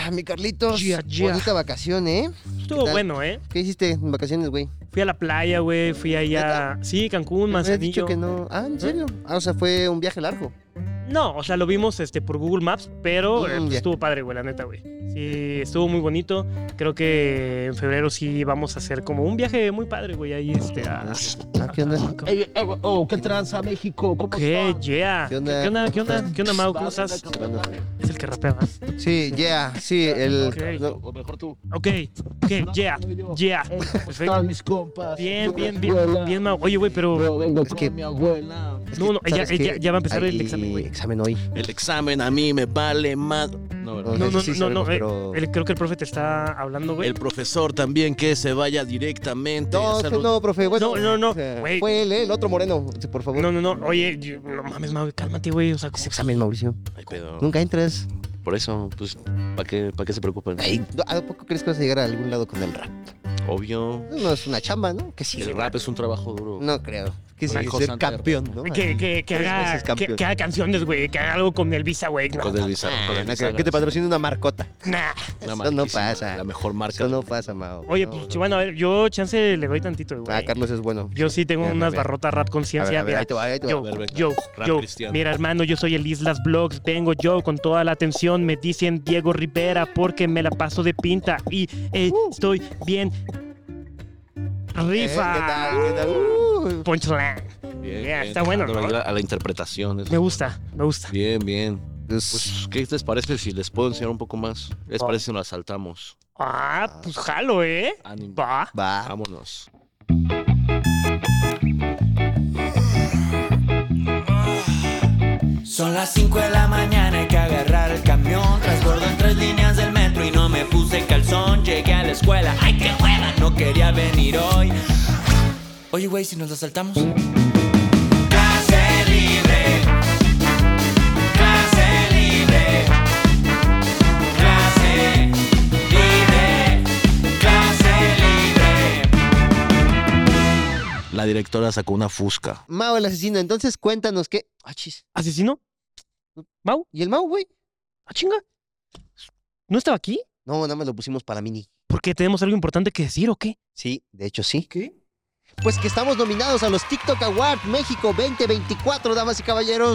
Mi Carlitos, Yeah. bonita vacación, ¿eh? Estuvo bueno, ¿eh? ¿Qué hiciste en vacaciones, güey? Fui a la playa, güey. Fui allá. Sí, Cancún, Me habías dicho Manzanillo. que no. Ah, ¿en serio? O sea, fue un viaje largo. No, o sea, lo vimos por Google Maps, pero pues, ya. estuvo padre, güey, la neta, güey. Sí, estuvo muy bonito. Creo que en febrero sí vamos a hacer como un viaje muy padre, güey, ahí ¿Qué onda? ¿Qué tranza, México? ¿Cómo ¿Qué? estás? Yeah. ¿Qué onda? ¿Qué onda, Mau? ¿Cómo estás? Es el que rapea más. Sí, sí, Ok. no, O mejor tú. Ok, yeah. ¿Cómo Perfecto. están mis compas? Bien, Mi abuela. Mau. Oye, güey, pero... Yo vengo Es que- con mi abuela. No, ¿sabes qué? ya va a empezar el Hay examen, güey. examen hoy. El examen a mí me vale más. No, ¿verdad? No, No, sí no, sabemos, pero- creo que el profe te está hablando, güey. El profesor también que se vaya directamente. No, no, profe, bueno. No, o sea, güey. fue él, el otro moreno, por favor. No. Oye, no mames, Mau, cálmate, güey. O sea, Ese examen, Mauricio. Ay, pedo. Nunca entras. Por eso, pues, ¿para qué se preocupan? Ay, ¿a poco crees que vas a llegar a algún lado con el rap? Obvio. No es una chamba, ¿no? Que sí. El rap es un trabajo duro. No creo. Que sí, Una cosa ser antes. campeón, ¿no? que Tres haga, veces campeón. que haga canciones, güey. Que haga algo con el Visa, güey. No, Con el Bizarro. con el Bizarro. Que te patrocine una marcota. nah. Una Eso no marquísima, pasa. La mejor marca. Eso no pasa, Mao. Oye, No, pues no. bueno, a ver, yo chance le doy tantito, güey. Carlos es bueno. Yo sí tengo Mira, unas mira. barrotas rap conciencia. A ver, ahí te va, ahí te va. Yo, A ver, venga. yo, Rap yo. cristiano. Mira, hermano, yo soy el Islas Vlogs. Vengo yo con toda la atención. Me dicen Diego Rivera porque me la paso de pinta y estoy bien. Rifa. ¿Qué tal? ¿Qué tal? Punchline. Bien, Yeah, bien, está bueno, dejándolo ¿no? ir a la interpretación. eso. Me gusta. Bien, bien. Pues, Pues, ¿qué les parece si les puedo enseñar un poco más? ¿Les parece si nos asaltamos? Ah, pues jalo, ¿eh? Ánimo. Va. va. Vámonos. Son las 5 de la mañana, hay que agarrar el camión. Transbordo en 3 líneas del metro y no me puse calzón. Llegué a la escuela, ¡ay qué hueva! No quería venir hoy. Oye, güey, si nos la saltamos. Clase libre. Clase libre. Clase libre. Clase libre. La directora sacó una fusca. Mao el asesino, entonces cuéntanos qué. Ah, chis. ¿Asesino? ¿Mau? ¿Y el Mao, güey? Ah, chinga. ¿No estaba aquí? No, nada más lo pusimos para Mini. ¿Porque tenemos algo importante que decir o qué? Sí, de hecho sí. ¿Qué? Pues que estamos nominados a los TikTok Awards México 2024, damas y caballeros.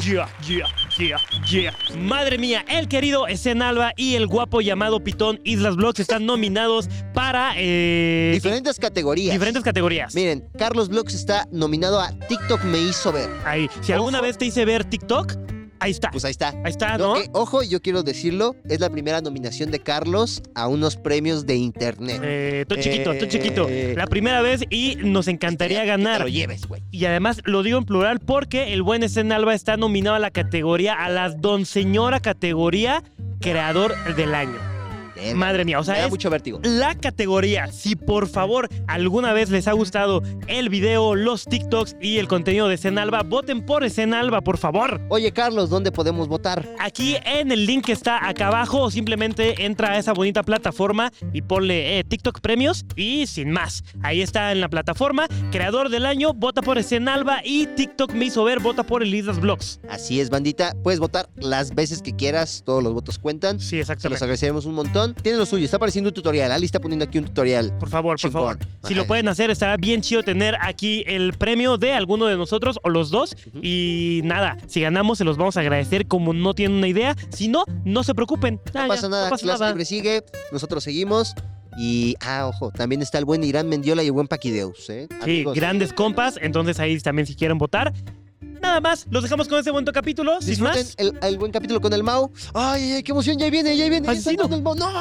Yeah. Madre mía, el querido Esen Alba y el guapo llamado Pitón Islas Vlogs están nominados para Diferentes categorías. diferentes categorías. Miren, Carlos Vlogs está nominado a TikTok Me Hizo Ver. Ahí, si alguna Ojo. vez te hice ver TikTok, ahí está. Pues ahí está. Ahí está, Lo ¿no? que, ojo, yo quiero decirlo, es la primera nominación de Carlos a unos premios de internet. Tú chiquito. La primera vez y nos encantaría Que te ganar. lo lleves, güey. Y además lo digo en plural porque el buen Esen Alba está nominado a la categoría, a la donseñora categoría Creador del Año. Verga. Madre mía, o sea, Me da es mucho vértigo. la categoría. Si por favor alguna vez les ha gustado el video, los TikToks y el contenido de Esen Alba, voten por Esen Alba, por favor. Oye, Carlos, ¿dónde podemos votar? Aquí en el link que está acá abajo, o simplemente entra a esa bonita plataforma y ponle TikTok Premios y sin más. Ahí está en la plataforma. Creador del año, vota por Esen Alba y TikTok Me Hizo Ver, vota por el Islas Vlogs. Así es, bandita. Puedes votar las veces que quieras. Todos los votos cuentan. Sí, Se los exactamente. agradeceremos un montón. Tiene lo suyo. Está apareciendo un tutorial. Ali está poniendo aquí un tutorial. Por favor. Chingón. Si lo pueden hacer, estará bien chido tener aquí el premio de alguno de nosotros o los dos. Y nada, si ganamos se los vamos a agradecer como no tienen una idea. Si no, no se preocupen. No pasa nada. Clase Libre sigue. Nosotros seguimos. Y, ojo, también está el buen Irán Mendiola y el buen Paquideus, ¿eh? Sí, Amigos, grandes compas. Entonces ahí también si quieren votar. Nada más, los dejamos con este bonito capítulo. Sin disfruten más. el buen capítulo con el Mau. Ay, qué emoción. Ya viene. Asesino. Está el Mau. No.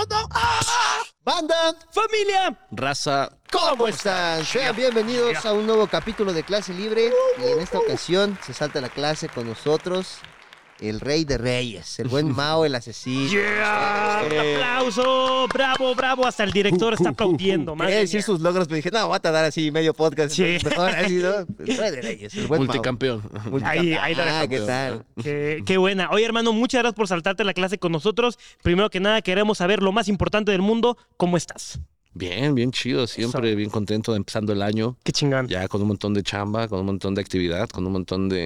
Banda, ¡Familia! Raza. ¿cómo están? Sean bienvenidos a un nuevo capítulo de Clase Libre. Y en esta ocasión se salta la clase con nosotros el rey de reyes, el buen Mao el asesino. ¡Yeah! ¡Un aplauso! ¡Bravo! Hasta el director está aplaudiendo. Quería Madre decir mía. sus logros, pero dije, no, voy a tardar así medio podcast. Sí. Mejor así, ¿no? El rey de reyes, el buen Mao. Multicampeón. Ahí la dejamos. ¿Qué tal? Qué buena. Oye, hermano, muchas gracias por saltarte la clase con nosotros. Primero que nada, queremos saber lo más importante del mundo. ¿Cómo estás? Bien chido. Siempre Eso. bien contento de empezando el año. Qué chingón. Ya con un montón de chamba, con un montón de actividad, con un montón de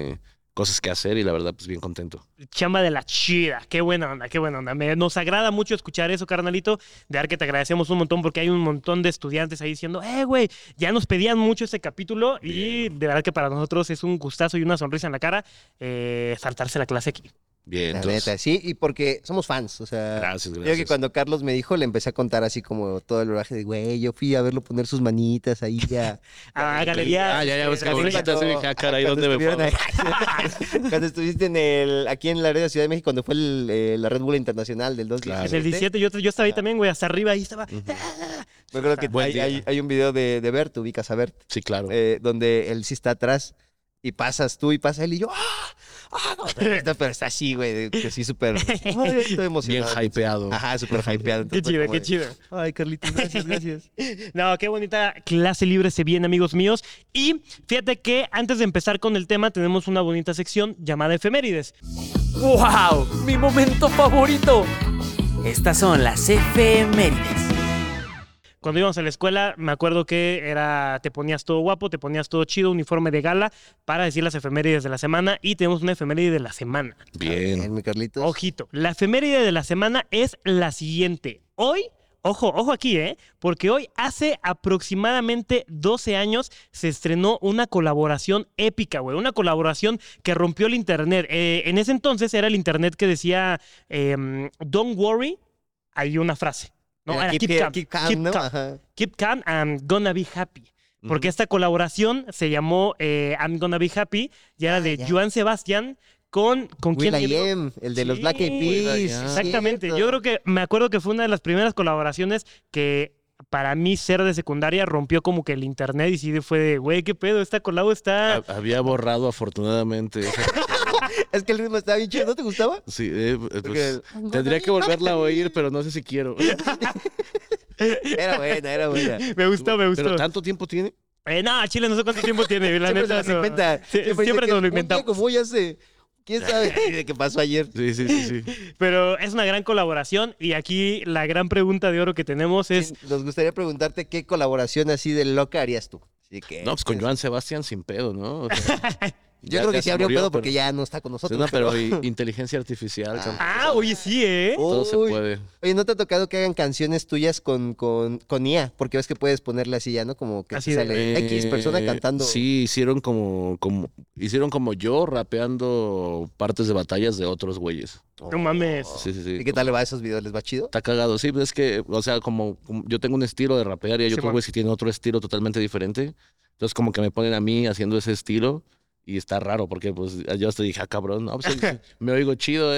cosas que hacer y la verdad, pues bien contento. Chamba de la chida. Qué buena onda, qué buena onda. Nos agrada mucho escuchar eso, carnalito. De verdad que te agradecemos un montón porque hay un montón de estudiantes ahí diciendo, güey, ya nos pedían mucho este capítulo y de verdad que para nosotros es un gustazo y una sonrisa en la cara saltarse la clase aquí. Bien, La entonces. neta, sí, y porque somos fans, o sea... Gracias, Yo que gracias. cuando Carlos me dijo, le empecé a contar así como todo el oraje de, güey, yo fui a verlo poner sus manitas ahí ya. Galería. Ya, ves que Galería. ahorita se dije, caray, ¿dónde me fue? Cuando estuviste aquí en la Red de Ciudad de México, cuando fue la Red Bull Internacional del 2017. En el 17 yo estaba ahí también, güey, hasta arriba, ahí estaba. Me acuerdo que Buen día. hay un video de Bert, ubicas a Bert, Sí, claro. donde él sí está atrás y pasas tú y pasa él y yo, no, pero está así, güey, que sí súper, ay, estoy Bien emocionado. hypeado. Ajá, súper hypeado. Qué Entonces, chido, como qué de, chido. Ay, Carlitos, gracias. No, qué bonita clase libre se viene, amigos míos. Y fíjate que antes de empezar con el tema, tenemos una bonita sección llamada Efemérides. ¡Wow! ¡Mi momento favorito! Estas son las efemérides. Cuando íbamos a la escuela, me acuerdo que te ponías todo guapo, te ponías todo chido, uniforme de gala, para decir las efemérides de la semana. Y tenemos una efeméride de la semana. Bien. Mi Carlitos. Ojito, la efeméride de la semana es la siguiente. Hoy, ojo aquí, porque hoy hace aproximadamente 12 años se estrenó una colaboración épica, güey. Una colaboración que rompió el internet. En ese entonces era el internet que decía, don't worry, hay una frase. No, era Keep calm, ¿no? Ajá. Keep calm, I'm gonna be happy. Porque esta colaboración se llamó I'm Gonna Be Happy y era de ya. Joan Sebastián con quién. will.i.am, el de los Black Eyed Peas. Will.i.am. Exactamente. Cierto. Yo creo que me acuerdo que fue una de las primeras colaboraciones que para mí ser de secundaria rompió como que el internet y sí fue de, güey, qué pedo, esta colabo está... Había borrado afortunadamente. Es que el ritmo estaba bien chido, ¿no te gustaba? Sí, pues, Porque- tendría que volverla a oír, pero no sé si quiero. Era buena. Me gustó. ¿Pero tanto tiempo tiene? No, Chile no sé cuánto tiempo tiene, la Siempre se neta. las no. inventa. Sí, dice siempre que nos lo un día inventamos. como hoy hace... ¿Quién sabe de qué pasó ayer? Sí. Pero es una gran colaboración y aquí la gran pregunta de oro que tenemos es... Sí, nos gustaría preguntarte qué colaboración así de loca harías tú. Así que, No, pues con Joan Sebastián sin pedo, ¿no? O sea, yo ya- creo que ya sí se habría un murió, pedo pero- porque ya no está con nosotros. No, pero inteligencia artificial. Ah, oye, sí, Todo se Uy. puede. Oye, ¿no te ha tocado que hagan canciones tuyas con IA? Porque ves que puedes ponerle así ya, ¿no? Como que Así te de- sale X persona cantando. Sí, hicieron como yo rapeando partes de batallas de otros güeyes. No mames. Sí. ¿Y qué tal le va a esos videos? ¿Les va chido? Está cagado, sí, pues es que, o sea, como yo tengo un estilo de rapear y hay Sí, otros man. güeyes que tienen otro estilo totalmente diferente. Entonces, como que me ponen a mí haciendo ese estilo y está raro porque, pues, yo hasta dije, cabrón, no, pues, me oigo chido,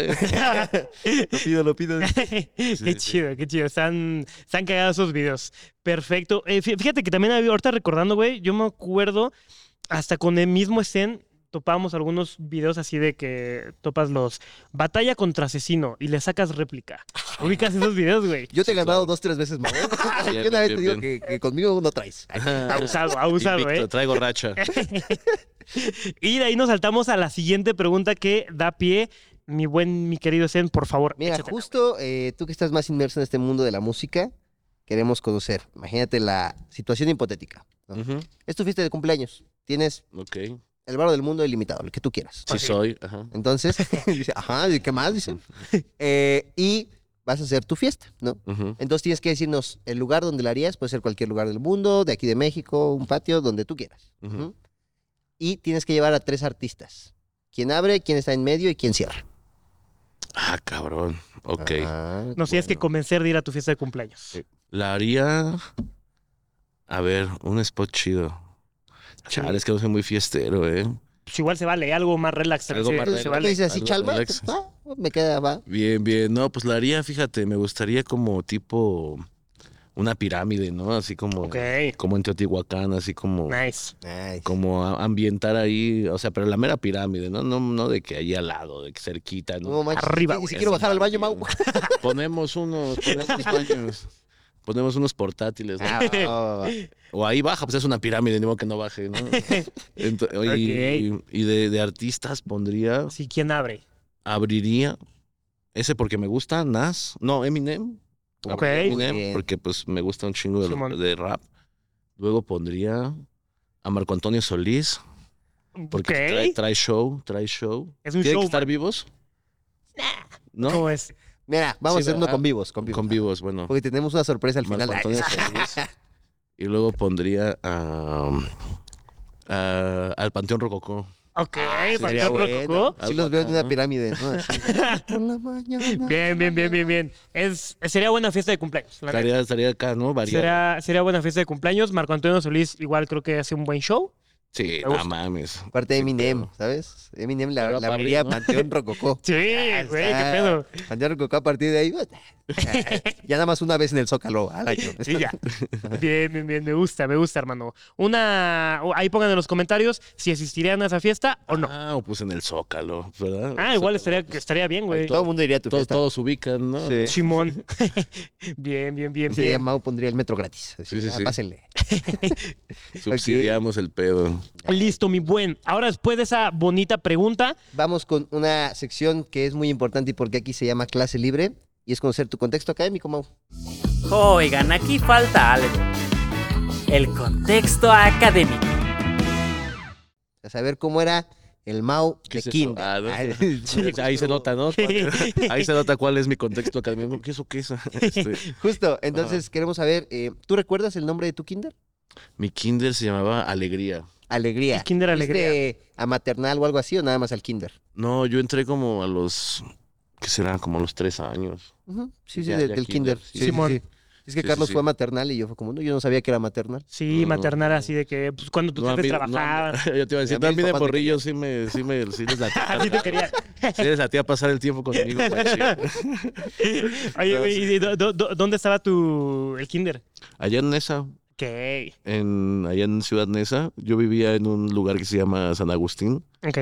Lo pido. Qué chido, qué chido. Están cagados esos videos. Perfecto. Fíjate que también ahorita recordando, güey, yo me acuerdo hasta con el mismo Zen topábamos algunos videos así de que topas los batalla contra asesino y le sacas réplica. Ubicas esos videos, güey. Yo te he ganado 2-3 veces más. Bien, Yo una vez te bien, digo que conmigo no traes. Abusado, Invicto, traigo racha. Y de ahí nos saltamos a la siguiente pregunta que da pie, mi querido Zen, por favor. Mira, échatela. justo tú que estás más inmerso en este mundo de la música, queremos conocer. Imagínate la situación hipotética, ¿no? Ujú, Es tu fiesta de cumpleaños. Tienes ok. el varo del mundo ilimitado, el que tú quieras. Sí soy. Ajá. Entonces, dice, ajá, ¿y qué más? Dice. Y vas a hacer tu fiesta, ¿no? Ujú, Entonces tienes que decirnos el lugar donde la harías, puede ser cualquier lugar del mundo, de aquí de México, un patio, donde tú quieras. ujú. Ujú. Y tienes que llevar a 3 artistas. ¿Quién abre, quién está en medio y quién cierra? Ah, cabrón. Ok. Ah, Nos tienes que bueno. convencer de ir a tu fiesta de cumpleaños. La haría. A ver, un spot chido. Chale, es que no soy muy fiestero, Pues igual se vale, algo más relax. Algo sí, más se relax. ¿Qué vale. dices así, Algo Chalma? relax. Ah, me queda, va. Bien. No, pues la haría, fíjate, me gustaría como tipo una pirámide, ¿no? Así como, Ok, como en Teotihuacán, así como, nice. Nice. como ambientar ahí, o sea, pero la mera pirámide, ¿no? No de que ahí al lado, de que cerquita, ¿no? No, manches, Arriba, si güey. quiero bajar al baño, Mau. Ponemos baños, ponemos unos portátiles, ¿no? Va. O ahí baja, pues es una pirámide, ni modo que no baje, ¿no? Y de artistas pondría, Sí, ¿quién abre? abriría, ese porque me gusta, Eminem. Ok. Eminem, Muy bien. porque pues me gusta un chingo Simón. de rap. Luego pondría a Marco Antonio Solís. Porque Ok. trae show. Es un ¿Tienen show, que estar man. vivos? ¿No? ¿Cómo es? Mira, vamos Sí, a hacer uno ¿verdad? con vivos. Con vivos, bueno. Porque tenemos una sorpresa al final. Marco Antonio Solís. Y luego pondría al Panteón Rococó. Ok, Sería Panteón bueno. Rococó. Sí los veo en una pirámide, ¿no? Así. Por la mañana. Bien. Sería buena fiesta de cumpleaños. la neta. Estaría acá, ¿no? Variado. Sería buena fiesta de cumpleaños. Marco Antonio Solís igual creo que hace un buen show. Sí, Me no gusta. mames. Aparte de Sí, Eminem, pero- ¿sabes? Eminem la Pero para abriría abrir, ¿no? Panteón Rococó. Sí, güey, qué Está- pedo. Panteón Rococó a partir de ahí. Ya nada más una vez en el Zócalo al año. Sí, ya. Bien. Me gusta, hermano. Ahí pongan en los comentarios si asistirían a esa fiesta o no. Ah, o pues en el Zócalo, ¿verdad? Igual Zócalo. estaría bien, güey. Todo el mundo iría a tu Todos, fiesta. todos ubican, ¿no? Sí. Simón. Bien. Sí, Mau pondría el metro gratis. Así, Sí. Pásenle. Subsidiamos el pedo. Listo, mi buen. Ahora, después de esa bonita pregunta, Vamos con una sección que es muy importante y porque aquí se llama clase libre. Y es conocer tu contexto académico, Mau. Oigan, aquí falta algo. El contexto académico. A saber cómo era el Mau ¿Qué de es eso? kinder. Ah, ¿no? Ay, Ahí se nota, ¿no? Ahí se nota cuál es mi contexto académico. ¿Qué es? Justo, entonces queremos saber, ¿tú recuerdas el nombre de tu kinder? Mi kinder se llamaba Alegría. Alegría. El kinder Alegría. ¿Fuiste a maternal o algo así o nada más al kinder? No, yo entré como a los... ¿Qué será? Como a los 3 años. Ujú, sí, Ya- del ya kinder. kinder, Sí, sí. Simón. sí. Es que Sí, Carlos sí. fue a maternal y yo fue como, no, yo no sabía que era maternal. sí, No, maternal no. así de que pues, cuando tus No, a jefes mí- trabajaban. no, yo te iba a decir, A mí mis también de papás me morrillo sí les latía. Así te quería. Sí les latía pasar el tiempo conmigo. Guachín. Oye, güey, ¿y dónde estaba el kinder? Allá en Nesa, Ok. allá en Ciudad Neza, yo vivía en un lugar que se llama San Agustín, Ok.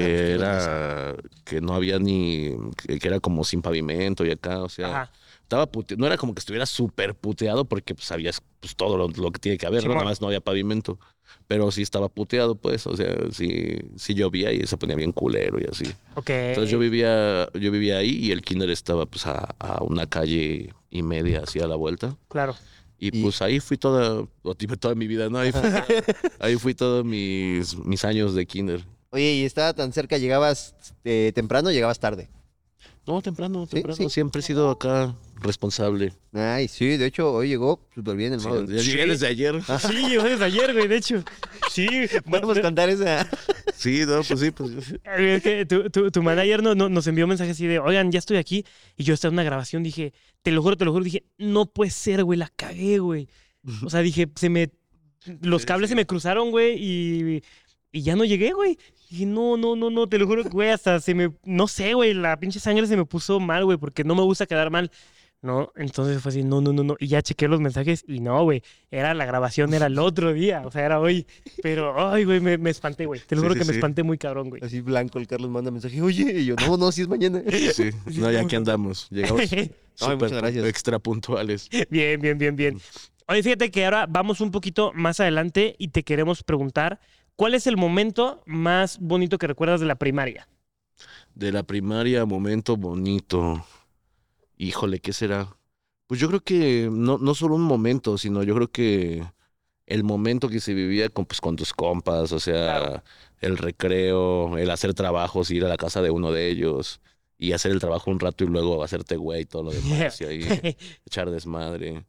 que no había que era como sin pavimento y acá, o sea, Ajá. estaba no era como que estuviera súper puteado porque pues sabías pues todo lo que tiene que haber, ¿no? Simón. Nada más no había pavimento, pero sí estaba puteado, pues, o sea, sí llovía y se ponía bien culero y así. Ok. Entonces yo vivía ahí y el kinder estaba pues a una calle y media así a la vuelta. Claro. Y pues ahí fui toda mi vida, ¿no? Ahí fui todos mis años de kinder. Oye, ¿y estaba tan cerca? ¿Llegabas temprano o llegabas tarde? No, temprano. sí. Siempre he sido acá responsable. Ay, sí, de hecho, hoy llegó súper bien el Sí, Mau. ya llegué desde ayer. Sí, llegó desde ayer, güey, de hecho. Sí. Podemos contar esa. Sí, no, pues sí, pues. Es que tu manager nos envió un mensaje así de, oigan, ya estoy aquí. Y yo estaba en una grabación, dije, te lo juro, dije, no puede ser, güey, la cagué, güey. O sea, dije, los cables se me cruzaron, güey, y ya no llegué, güey. Dije, no, te lo juro, güey, hasta no sé, güey, la pinche sangre se me puso mal, güey, porque no me gusta quedar mal. No, entonces fue así, no. Y ya chequé los mensajes y no, güey, la grabación era el otro día, o sea, era hoy. Pero, ay, güey, me espanté, güey. Te lo Sí, juro sí, que me sí. espanté muy cabrón, güey. Así blanco, el Carlos manda mensaje. Oye, y yo, no, sí es mañana. Sí. No, ya aquí andamos. Llegamos Ay, súper muchas gracias. extra puntuales. Bien. Oye, fíjate que ahora vamos un poquito más adelante y te queremos preguntar, ¿cuál es el momento más bonito que recuerdas de la primaria? De la primaria, momento bonito. Híjole, ¿qué será? Pues yo creo que no solo un momento, sino yo creo que el momento que se vivía con tus compas, o sea, Claro. el recreo, el hacer trabajos, ir a la casa de uno de ellos y hacer el trabajo un rato y luego hacerte güey y todo lo demás y ahí echar desmadre.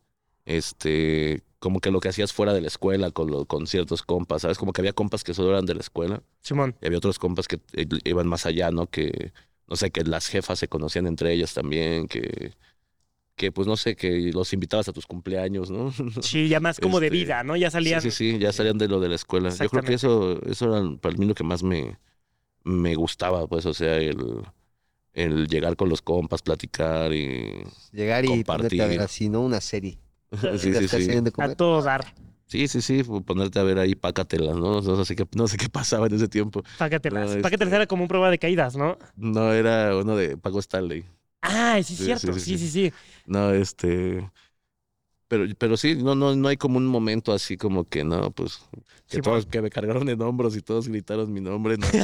Como que lo que hacías fuera de la escuela con ciertos compas, ¿sabes? Como que había compas que solo eran de la escuela Simón. y había otros compas que iban más allá, ¿no? Que, no sé, que las jefas se conocían entre ellas también, que pues no sé, que los invitabas a tus cumpleaños, ¿no? Sí, ya más como de vida, ¿no? Ya salían. Sí, ya salían de lo de la escuela. Yo creo que eso era para mí lo que más me gustaba, pues, o sea, el llegar con los compas, platicar y... Llegar y ponerte a Compartir. ver así, ¿no? Una serie. Sí. De A comer. todo dar. Sí, ponerte a ver ahí pácatelas, ¿no? No sé qué pasaba en ese tiempo. Pácatelas. No, Pácatelas era como un prueba de caídas, ¿no? No, era uno de Paco Stanley. Ah, sí, es Sí, cierto. sí. Sí. No, pero sí, no hay como un momento así como que no, pues que Sí, todos que me cargaron en hombros y todos gritaron mi nombre, no.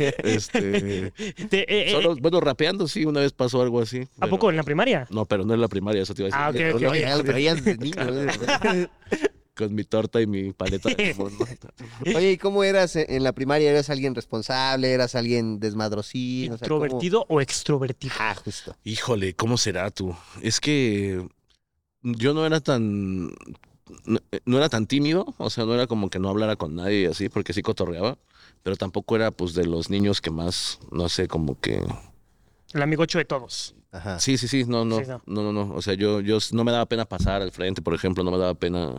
Bueno, rapeando sí, una vez pasó algo así. ¿A pero- poco en la primaria? No, pero no en la primaria, eso te iba a decir. Ah, ok. Pero no, ya lo traían de niño. con mi torta y mi paleta de limón, ¿no? Oye, ¿y cómo eras en la primaria? ¿Eras alguien responsable? ¿Eras alguien desmadrosín? O sea, ¿cómo? ¿Introvertido o extrovertido? Ah, justo. Híjole, ¿cómo será tú? Es que yo no era tan... No era tan tímido, o sea, no era como que no hablara con nadie y así, porque sí cotorreaba, pero tampoco era pues de los niños que más, no sé, como que... El amigocho de todos. Ajá. Sí, no, Sí, no. no. O sea, yo no me daba pena pasar al frente, por ejemplo, no me daba pena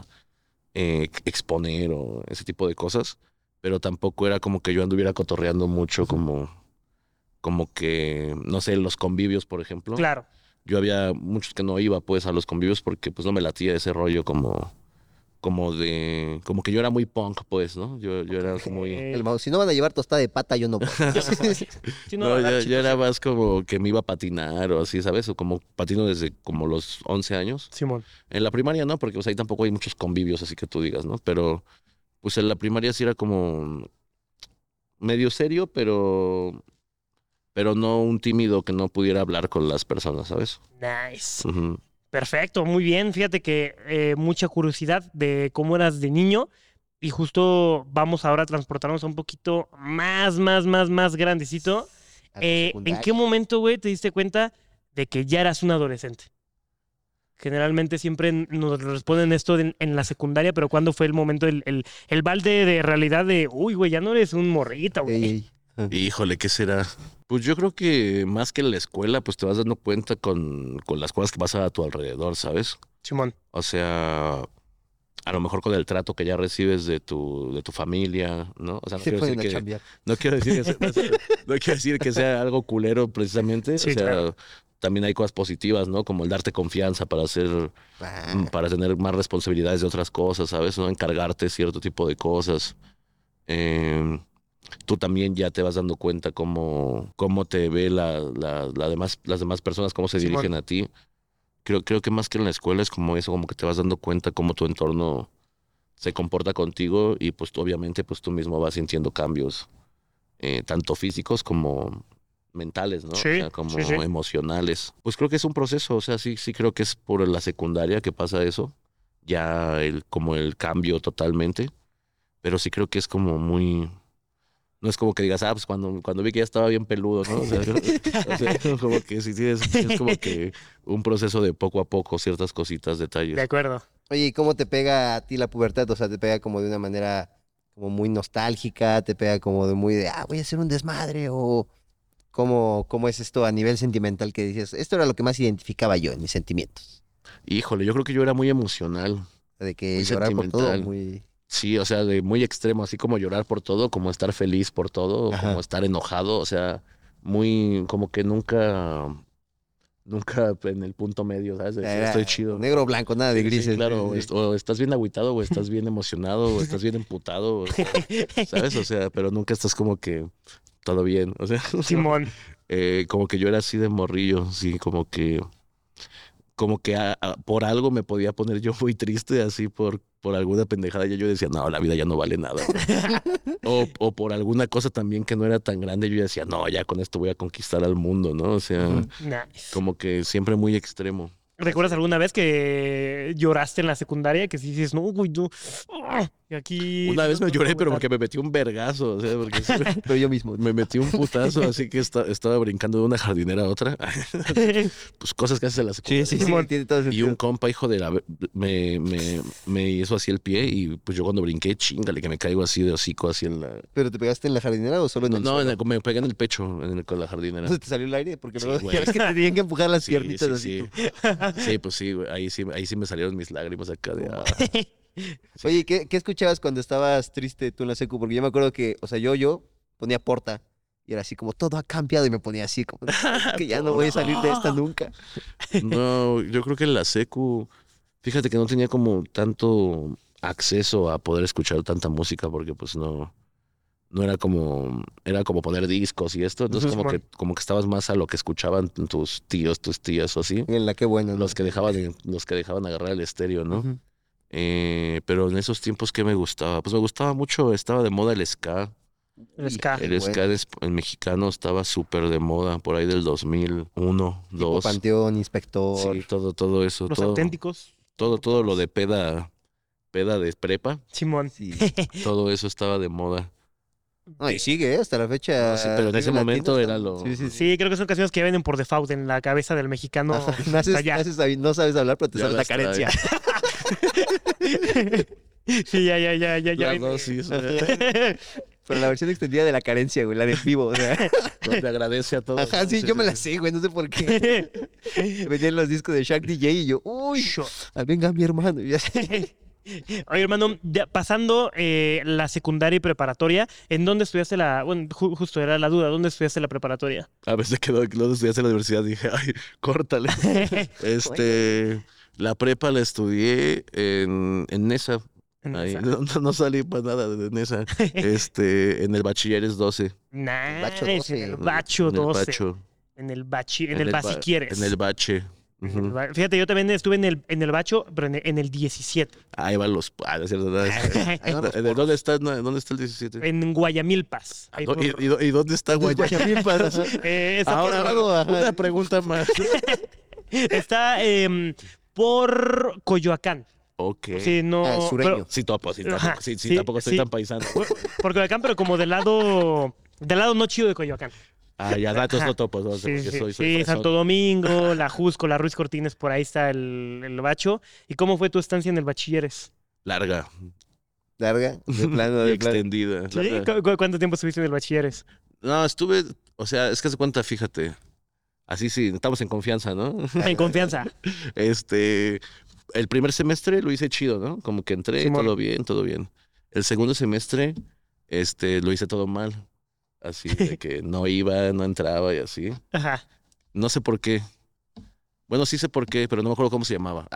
exponer o ese tipo de cosas, pero tampoco era como que yo anduviera cotorreando mucho como que, no sé, los convivios, por ejemplo. Claro. Yo había muchos que no iba pues a los convivios porque pues no me latía ese rollo como que yo era muy punk, pues, ¿no? Yo era como muy... El Mau, si no van a llevar tostada de pata, yo no voy. Sí, No, ¿verdad, yo chicos? era más como que me iba a patinar o así, ¿sabes? O como patino desde como los 11 años. Simón. En la primaria no, porque pues, ahí tampoco hay muchos convivios, así que tú digas, ¿no? Pero pues en la primaria sí era como medio serio, pero no un tímido que no pudiera hablar con las personas, ¿sabes? Nice. Ujú. Perfecto, muy bien. Fíjate que mucha curiosidad de cómo eras de niño y justo vamos ahora a transportarnos a un poquito más grandecito. A tu ¿En secundaria. qué momento, güey, te diste cuenta de que ya eras un adolescente? Generalmente siempre nos responden esto en la secundaria, pero ¿cuándo fue el momento, el balde de realidad de, uy, güey, ya no eres un morrito, güey? Ey, ey. Híjole, ¿qué será? Pues yo creo que más que en la escuela, pues te vas dando cuenta con las cosas que pasan a tu alrededor, ¿sabes? Simón. O sea, a lo mejor con el trato que ya recibes de tu familia, ¿no? O sea, no Se quiero ponen decir a que, chambear. no quiero decir que sea, no quiero decir que sea algo culero precisamente. Sí, o sea, claro. también hay cosas positivas, ¿no? Como el darte confianza para Ah, para tener más responsabilidades de otras cosas, ¿sabes? ¿No? Encargarte cierto tipo de cosas. Tú también ya te vas dando cuenta cómo te ve las demás personas, cómo se Simón. dirigen a ti. Creo que más que en la escuela es como eso, como que te vas dando cuenta cómo tu entorno se comporta contigo y pues tú, obviamente pues tú mismo vas sintiendo cambios, tanto físicos como mentales, ¿no? Sí, O sea, como sí. emocionales. Pues creo que es un proceso, o sea, sí creo que es por la secundaria que pasa eso, ya como el cambio totalmente, pero sí creo que es como muy... No es como que digas, pues cuando vi que ya estaba bien peludo, ¿no? O sea, como que sí, es como que un proceso de poco a poco, ciertas cositas, De detalles. acuerdo. Oye, ¿y cómo te pega a ti la pubertad? O sea, ¿te pega como de una manera como muy nostálgica? ¿Te pega como de muy de, voy a hacer un desmadre? ¿O cómo es esto a nivel sentimental que dices? Esto era lo que más identificaba yo en mis sentimientos. Híjole, yo creo que yo era muy emocional, O sea, de que muy llorar por todo, sentimental. muy... Sí, o sea, de muy extremo, así como llorar por todo, como estar feliz por todo, Ajá. como estar enojado, o sea, muy, como que nunca en el punto medio, ¿sabes? De decir, Era estoy chido. negro o blanco, nada de Sí, grises. claro, Sí, sí. o estás bien agüitado, o estás bien emocionado, o estás bien emputado, ¿sabes? O sea, pero nunca estás como que todo bien, o sea, Simón. como que yo era así de morrillo, sí, como que por algo me podía poner yo muy triste, así por alguna pendejada, ya yo decía, no, la vida ya no vale nada. O por alguna cosa también que no era tan grande, yo decía, no, ya con esto voy a conquistar al mundo, ¿no? O sea, Ujú. Nice. como que siempre muy extremo. ¿Recuerdas alguna vez que lloraste en la secundaria? Que sí dices, no, güey, no. Y aquí... Una vez me lloré, pero porque me metí un vergazo, o sea, porque sí Pero yo mismo. me metí un putazo, así que estaba brincando de una jardinera a otra. Pues cosas que haces en la secundaria. Sí, Simón. tiene todo Y sentido. un compa, hijo de la... Me hizo así el pie y pues yo cuando brinqué, chingale, que me caigo así de hocico, así en la... ¿Pero te pegaste en la jardinera o solo en el No, suelo? me pegué en el pecho con la jardinera. Entonces te salió el aire porque Sí, luego güey. ya ves que te tenían que empujar las Sí, piernitas sí, así. sí. Sí, pues sí, güey. Ahí sí me salieron mis lágrimas acá de... Oye, ¿qué escuchabas cuando estabas triste tú en la secu? Porque yo me acuerdo que, o sea, yo ponía Porta y era así como todo ha cambiado y me ponía así como que ya no voy a salir de esta nunca. No, yo creo que en la secu, fíjate que no tenía como tanto acceso a poder escuchar tanta música porque pues no era como poner discos y esto, entonces Ujú, como que estabas más a lo que escuchaban tus tíos, tus tías o así, En la que bueno, ¿no? los que dejaban agarrar el estéreo, ¿no? Ujú. Pero en esos tiempos, ¿qué me gustaba? Pues me gustaba mucho, estaba de moda el ska. El ska. El Bueno. ska en mexicano estaba súper de moda por ahí del 2001, Tipo 2. Panteón, Inspector. Sí, todo eso, Los todo, auténticos. todo lo de peda peda de prepa. Simón. Sí. Todo eso estaba de moda. No, y sigue, hasta la fecha. No, sí, pero en ese Vive momento Latino, era lo... Sí, sí, sí. Sí, creo que son canciones que venden por default en la cabeza del mexicano. No sabes hablar, pero te Ya sale la las carencia. Sí, ya. La dosis, Pero la versión extendida de la carencia, güey, la de en vivo, o sea. donde agradece a todos. Ajá, sí, yo me la sé, güey, no sé por qué. Venían los discos de Shaq DJ y yo, uy, venga mi hermano. Y así. Oye, hermano, pasando la secundaria y preparatoria, ¿en dónde estudiaste la...? Bueno, justo era la duda, ¿dónde estudiaste la preparatoria? A veces quedó que los estudiaste en la universidad dije, ay, córtale. La prepa la estudié en Nesa. Ahí, no salí para nada de Nesa. En el Bachilleres 12. Nice, en el En Bacho 12. Bacho. En el Bachi quieres. En el Bache. En el Ujú. Fíjate, yo también estuve en el Bacho, pero en el 17. Ahí van los... no es cierto, no, Ahí van los ¿De dónde está el 17? En Guayamilpas. Ahí por- ¿Y dónde está Guayamilpas? está Ahora, una pregunta más. está por Coyoacán. Ok. Sí, no. sureño. pero- Sí, topo, sí, Ajá, tampoco, sí, sí, tampoco estoy sí. tan paisano. por Coyoacán, pero como del lado no chido de Coyoacán. Ya datos Ajá. no topos, no sé, Sí, porque sí, soy sí, fresón. Santo Domingo, la Jusco, la Ruiz Cortines, por ahí está el Bacho. ¿Y cómo fue tu estancia en el Bachilleres? Larga Larga, de plano, y de plano. extendida. ¿Sí? ¿Cuánto tiempo estuviste en el Bachilleres? No, estuve, o sea, es que se cuenta, fíjate. Así sí, estamos en confianza, ¿no? En confianza. El primer semestre lo hice chido, ¿no? Como que entré, Simón. todo bien, todo bien. El segundo semestre, lo hice todo mal. Así de que no iba, no entraba y así. Ajá. No sé por qué. Bueno, sí sé por qué, pero no me acuerdo cómo se llamaba.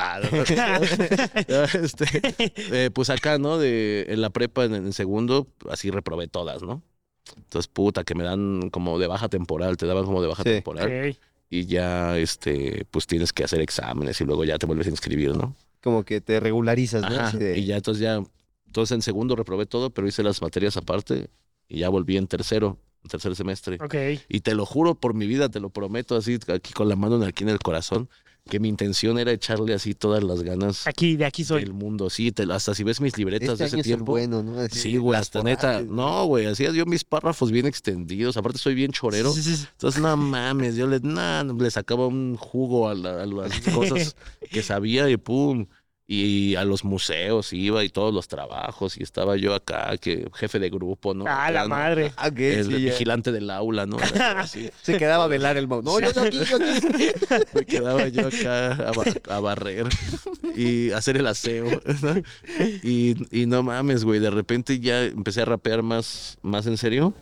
Pues acá, ¿no? En la prepa, en el segundo, así reprobé todas, ¿no? Entonces, puta, que me dan como de baja temporal, te daban como de baja Sí. temporal. Ok. Y ya, pues tienes que hacer exámenes y luego ya te vuelves a inscribir, ¿no? Como que te regularizas, ¿no? Ajá. Así de- Y ya, entonces en segundo reprobé todo, pero hice las materias aparte y ya volví en tercer semestre. Ok. Y te lo juro por mi vida, te lo prometo así, aquí con la mano aquí en el corazón, que mi intención era echarle así todas las ganas De aquí soy. del mundo. Sí, hasta si ves mis libretas Este de ese año es el tiempo. bueno, ¿no? Así, Sí, güey, hasta neta. corajes, No, güey, hacía yo mis párrafos bien extendidos. Aparte, soy bien chorero. Sí, sí, sí. Entonces, no mames, yo le sacaba un jugo a las cosas que sabía y pum. Y a los museos iba y todos los trabajos. Y estaba yo acá, que jefe de grupo, ¿no? Ah, la Acá, ¿no? madre. Ah, ok, El sí, ya. vigilante del aula, ¿no? Era así. Se quedaba a velar el mouse. No, yo aquí. Me quedaba yo acá a barrer y hacer el aseo, ¿no? Y no mames, güey, de repente ya empecé a rapear más en serio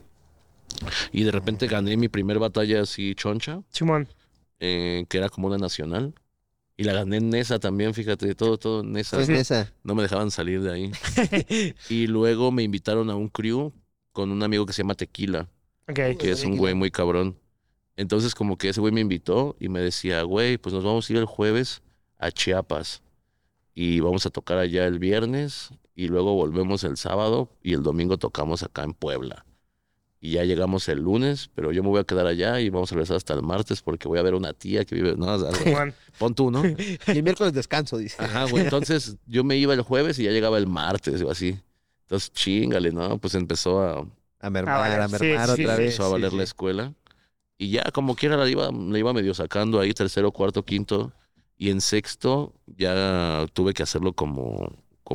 y de repente gané mi primer batalla así choncha, Simón. que era como una nacional. Y la gané en Nesa también, fíjate, todo en Nesa. Pues esa. No me dejaban salir de ahí. Y luego me invitaron a un crew con un amigo que se llama Tequila, Ok. que es un güey muy cabrón. Entonces como que ese güey me invitó y me decía, güey, pues nos vamos a ir el jueves a Chiapas y vamos a tocar allá el viernes y luego volvemos el sábado y el domingo tocamos acá en Puebla. Y ya llegamos el lunes, pero yo me voy a quedar allá y vamos a regresar hasta el martes porque voy a ver a una tía que vive, no, Simón. pon tú, ¿no? Y el miércoles descanso, dice. Ajá, güey, entonces yo me iba el jueves y ya llegaba el martes o así. Entonces, chingale, ¿no? Pues empezó A mermar, vale, a mermar sí, otra sí, vez. empezó a valer sí, la sí. escuela. Y ya como quiera la iba medio sacando ahí, tercero, cuarto, quinto. Y en sexto ya tuve que hacerlo como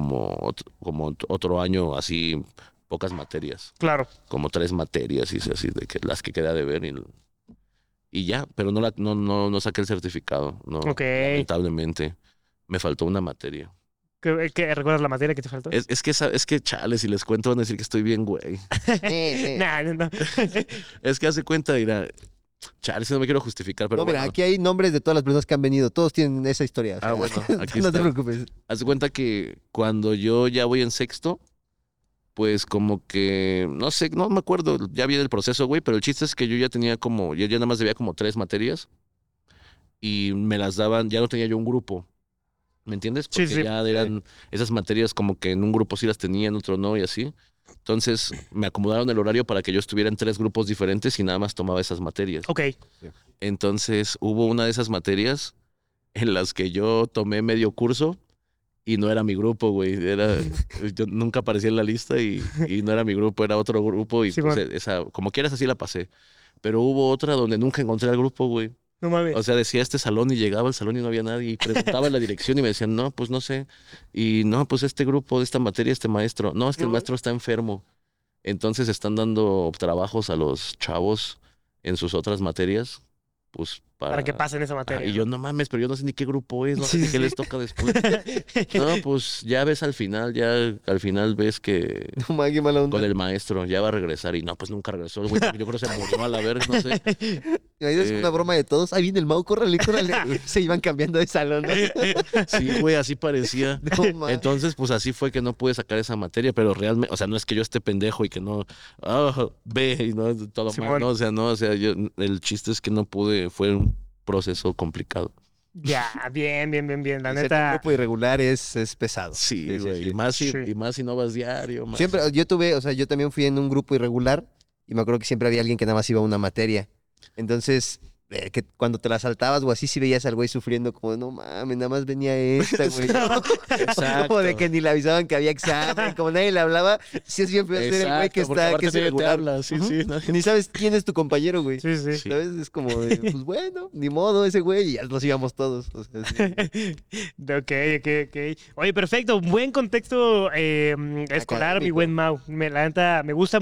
otro año, así, pocas materias. Claro. Como 3 materias, y así, de que las que queda de ver. Y ya, pero no saqué el certificado. No, Ok. lamentablemente. Me faltó una materia. ¿Qué recuerdas la materia que te faltó? Es que, chale, si les cuento van a decir que estoy bien, güey. Nah, no. Es que hace cuenta, mira, chale, si no me quiero justificar, pero No, mira, bueno. aquí hay nombres de todas las personas que han venido. Todos tienen esa historia. o sea, Bueno, aquí no te está. preocupes. Haz de cuenta que cuando yo ya voy en sexto, pues como que, no sé, no me acuerdo, ya viene el proceso, güey, pero el chiste es que yo ya nada más debía como 3 materias y me las daban, ya no tenía yo un grupo, ¿me entiendes? Sí, Porque sí. ya eran esas materias como que en un grupo sí las tenía, en otro no y así. Entonces me acomodaron el horario para que yo estuviera en 3 grupos diferentes y nada más tomaba esas materias. Ok. Entonces hubo una de esas materias en las que yo tomé medio curso y no era mi grupo, güey. Yo nunca aparecía en la lista y no era mi grupo, era otro grupo y Sí, pues, bueno. como quieras así la pasé. Pero hubo otra donde nunca encontré al grupo, güey. No mames. O sea, decía este salón y llegaba al salón y no había nadie. Y preguntaba la dirección y me decían, no, pues no sé. Y no, pues este grupo de esta materia, este maestro. No, es que el maestro está enfermo. Entonces están dando trabajos a los chavos en sus otras materias, pues para que pasen esa materia. Y yo, no mames, pero yo no sé ni qué grupo es, no sé Sí, ni qué sí. les toca después. No, pues ya ves al final ves que No mames, qué mala onda. con el maestro ya va a regresar. Y no, pues nunca regresó, güey. Yo creo que se murió a la verga, no sé. Ahí es una broma de todos. Ahí viene el Mau, córrale, córrale. Se iban cambiando de salón. ¿No? Sí, güey, así parecía. No mames. Entonces, pues así fue que no pude sacar esa materia, pero realmente, o sea, no es que yo esté pendejo y que no, ve y no, todo Sí, mal, bueno. no, o sea, el chiste es que no pude, fue un proceso complicado. Ya, bien. La Ser un neta. grupo irregular es pesado. Sí, güey, sí. y más Sí. y más si no vas diario. Más. Siempre, o sea, yo también fui en un grupo irregular y me acuerdo que siempre había alguien que nada más iba a una materia. Entonces, que cuando te la saltabas o así, sí veías al güey sufriendo como, no mames, nada más venía esta, güey. Exacto. Como de que ni le avisaban que había examen, como nadie le hablaba, sí siempre iba a ser el güey que Exacto, porque está, aparte que es nadie te irregular. habla, sí, Ujú. sí, ¿no? Ni sabes quién es tu compañero, güey. Sí, sí. Sí. ¿Sabes? Es como de, pues bueno, ni modo ese güey, y ya nos íbamos todos. O sea, sí. Ok. Oye, perfecto. Buen contexto escolar, mi Académico. buen Mau. La neta, me gusta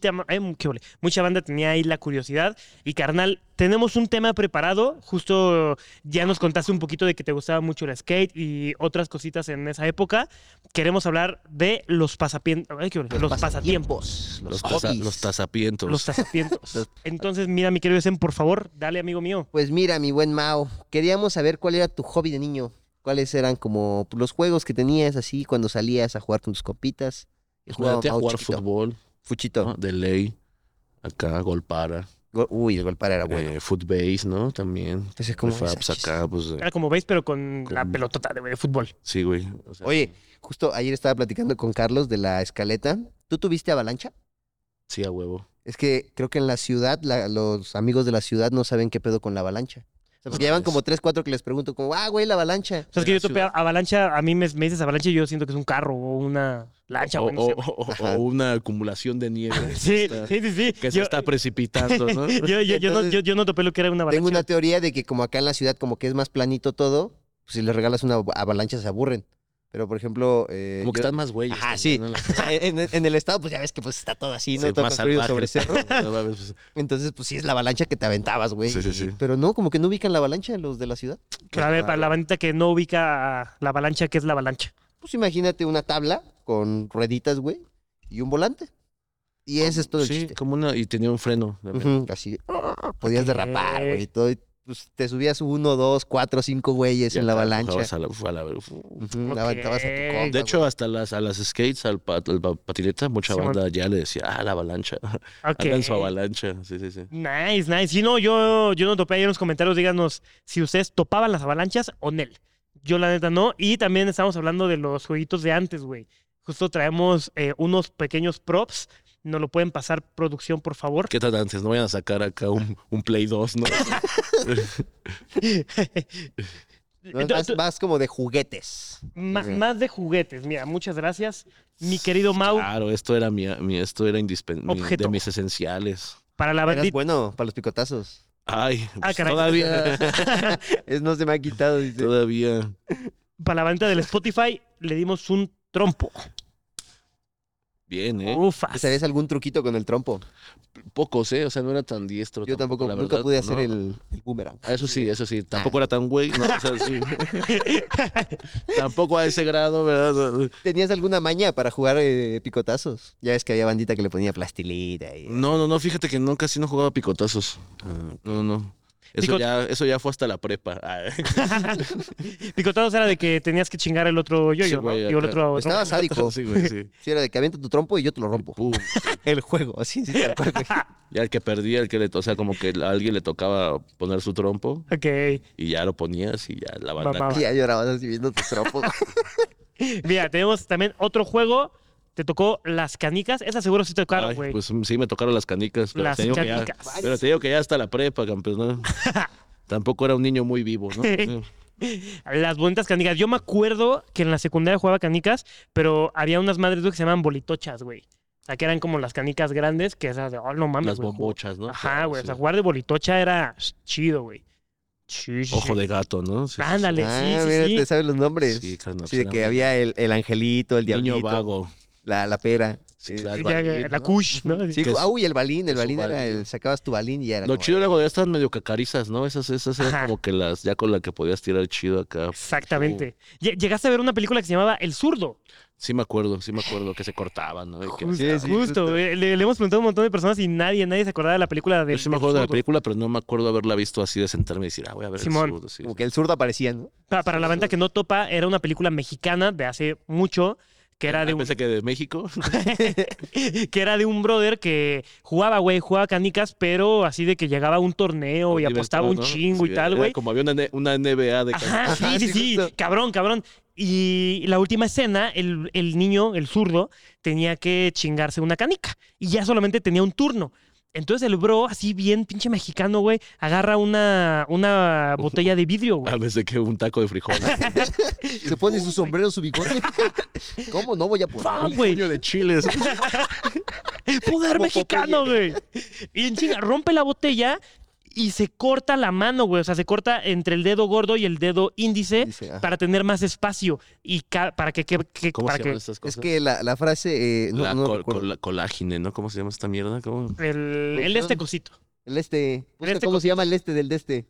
mucha banda tenía ahí la curiosidad. Y carnal, tenemos un tema preparado. Justo ya nos contaste un poquito de que te gustaba mucho el skate y otras cositas en esa época. Queremos hablar de los pasatiempos. Los pasatiempos. Los hobbies. Los tazapientos. Los tasapientos. Entonces, mira, mi querido Zen, por favor, dale, amigo mío. Pues mira, mi buen Mao, queríamos saber cuál era tu hobby de niño. ¿Cuáles eran como los juegos que tenías así cuando salías a jugar con tus copitas? Y jugaba Jugate a Mau jugar chiquito. fútbol, Fuchito. ¿no? De ley, acá, golpara, Uy, el golpar era bueno. footbase, ¿no? También. Ese como Pues, esa acá, pues, Era como veis, pero con la Con- pelotota de fútbol. sí, güey. O sea, Oye, justo ayer estaba platicando con Carlos de la escaleta. ¿Tú tuviste avalancha? sí, a huevo. Es que creo que en la ciudad, los amigos de la ciudad no saben qué pedo con la avalancha. O sea, porque llevan como 3, 4 que les pregunto, como, güey, la avalancha. O sea, es que la yo topé ciudad. avalancha, a mí me dices avalancha y yo siento que es un carro o una lancha, güey, no sé, güey. Ajá. O una acumulación de nieve. Sí, que está- sí. Que se está precipitando, ¿no? Entonces, Yo no topé lo que era una avalancha. Tengo una teoría de que como acá en la ciudad como que es más planito todo, pues si les regalas una avalancha se aburren. Pero, por ejemplo... Como que yo- están más güeyes. Ajá, también, sí. ¿no? En el estado, pues ya ves que pues está todo así, ¿no? Sí, Todo más construido salvaje. sobre cerro. No mames, pues, Entonces, pues sí es la avalancha que te aventabas, güey. Sí, sí, sí. Pero no, como que no ubican la avalancha los de la ciudad. Pero a ver, para la bandita que no ubica la avalancha, ¿qué es la avalancha? Pues imagínate una tabla con rueditas, güey, y un volante. Y ese es todo el sí, chiste. como una. Y tenía un freno. Ujú, así. Podías Ok. derrapar, güey, y todo. Y, pues te subías 1, 2, 4, 5 güeyes en la avalancha. Jugabas a la- Ujú, aventabas a tu Ok. compa, De hecho, güey. hasta a las skates, al patineta, mucha Sí, banda ya le decía, la avalancha. Ok. Anda en su avalancha. Sí, sí, sí. Nice. Sí, no, yo no topé ahí en los comentarios. Díganos si ustedes topaban las avalanchas o Nel. Yo la neta no. Y también estamos hablando de los jueguitos de antes, güey. Justo traemos unos pequeños props. ¿Nos lo pueden pasar, producción, por favor? ¿Qué tal antes? No vayan a sacar acá un Play 2, ¿no? No, más como de juguetes. Más de juguetes. Mira, muchas gracias. Mi querido Mau, Claro, esto era esto era Objeto. de mis esenciales. para la Eras bandita. bueno para los picotazos. Ay, pues caray. todavía, No se me ha quitado, dice. todavía. Para la bandita del Spotify le dimos un trompo. Bien, ¿eh? Ufas. ¿Sabes algún truquito con el trompo? Pocos, ¿eh? O sea, no era tan diestro. Yo tampoco, la nunca verdad, pude hacer ¿no? el boomerang. Ah, eso sí. Tampoco era tan güey, ¿no? O sea, sí. Tampoco a ese grado, ¿verdad? ¿Tenías alguna maña para jugar picotazos? Ya ves que había bandita que le ponía plastilina y... No, fíjate que no, casi no jugaba picotazos. No. Eso ya fue hasta la prepa. Ah, Picotados era de que tenías que chingar el otro yo-yo, Sí, ¿no? güey, Y el acá. otro... Estaba sádico. Sí, güey, sí. Sí, era de que aviento tu trompo y yo te lo rompo. Pum. El juego, así, sí, tal cual, güey. Ya el que perdía, o sea, como que a alguien le tocaba poner su trompo Ok. y ya lo ponías y ya la banda. Va. Y ya llorabas así viendo tu trompo. Mira, tenemos también otro juego. Te tocó las canicas. Esas seguro sí te tocaron, Ay, güey. pues sí, me tocaron las canicas. Pero Las te digo que ya, canicas. pero te digo que ya hasta la prepa, campeón, ¿no? Tampoco era un niño muy vivo, ¿no? Sí. Las bonitas canicas. Yo me acuerdo que en la secundaria jugaba canicas, pero había unas madres, güey, que se llaman bolitochas, güey. O sea, que eran como las canicas grandes, que esas de, oh, no mames, Las güey. bombochas, ¿no? Ajá, güey. Sí. O sea, jugar de bolitocha era chido, güey. Sí, sí, Ojo sí. de gato, ¿no? Sí, sí, sí. Ándale, Ah, sí, mira, sí, te sí. sabes los nombres. Sí, carnal, Sí, de era que un había el angelito, el diablito, niño vago. la pera. Sí, claro, el Ya, balín, la ¿no? Kush, ¿no? Sí, Que es- uy, el balín es un era balín. sacabas tu balín y ya era Lo como chido de- era cuando ya estaban medio cacarizas, ¿no? Esas Ajá. eran como que las, ya con la que podías tirar chido acá. Exactamente. ¿Llegaste a ver una película que se llamaba El Zurdo? Sí me acuerdo que se cortaban, ¿no? Y que- Sí, sí, Justo, güey. Le hemos preguntado a un montón de personas y nadie se acordaba de la película de Yo sí me acuerdo de la película, pero no me acuerdo haberla visto así de sentarme y decir, voy a ver Simón. el zurdo. Sí, como sí. que el zurdo aparecía, ¿no? Para la banda que no topa, era una película mexicana de hace mucho, que era de un, Pensé que de México. que era de un brother que jugaba, güey, jugaba canicas, pero así de que llegaba a un torneo y Oliver apostaba un Stone, ¿no? chingo Sí, y tal, era güey. Como había una NBA de Ajá, Ajá, sí, sí, sí, justo. cabrón. Y la última escena, el niño, el zurdo, tenía que chingarse una canica y ya solamente tenía un turno. Entonces el bro, así bien pinche mexicano, güey, agarra una botella de vidrio, güey. A veces que un taco de frijol. Se pone su sombrero, su bigote. ¿Cómo no voy a poner? ¡Pam, güey! Puño de chiles. ¡Poder Como mexicano, güey! Y en chinga, rompe la botella y se corta la mano, güey. O sea, se corta entre el dedo gordo y el dedo índice Dice, para tener más espacio y para que ¿Cómo para se que llaman estas Es cosas? que la frase, no, La no recuerdo. colágine, ¿no? ¿Cómo se llama esta mierda? ¿Cómo? el este cosito. El busca este cómo se llama el del de este.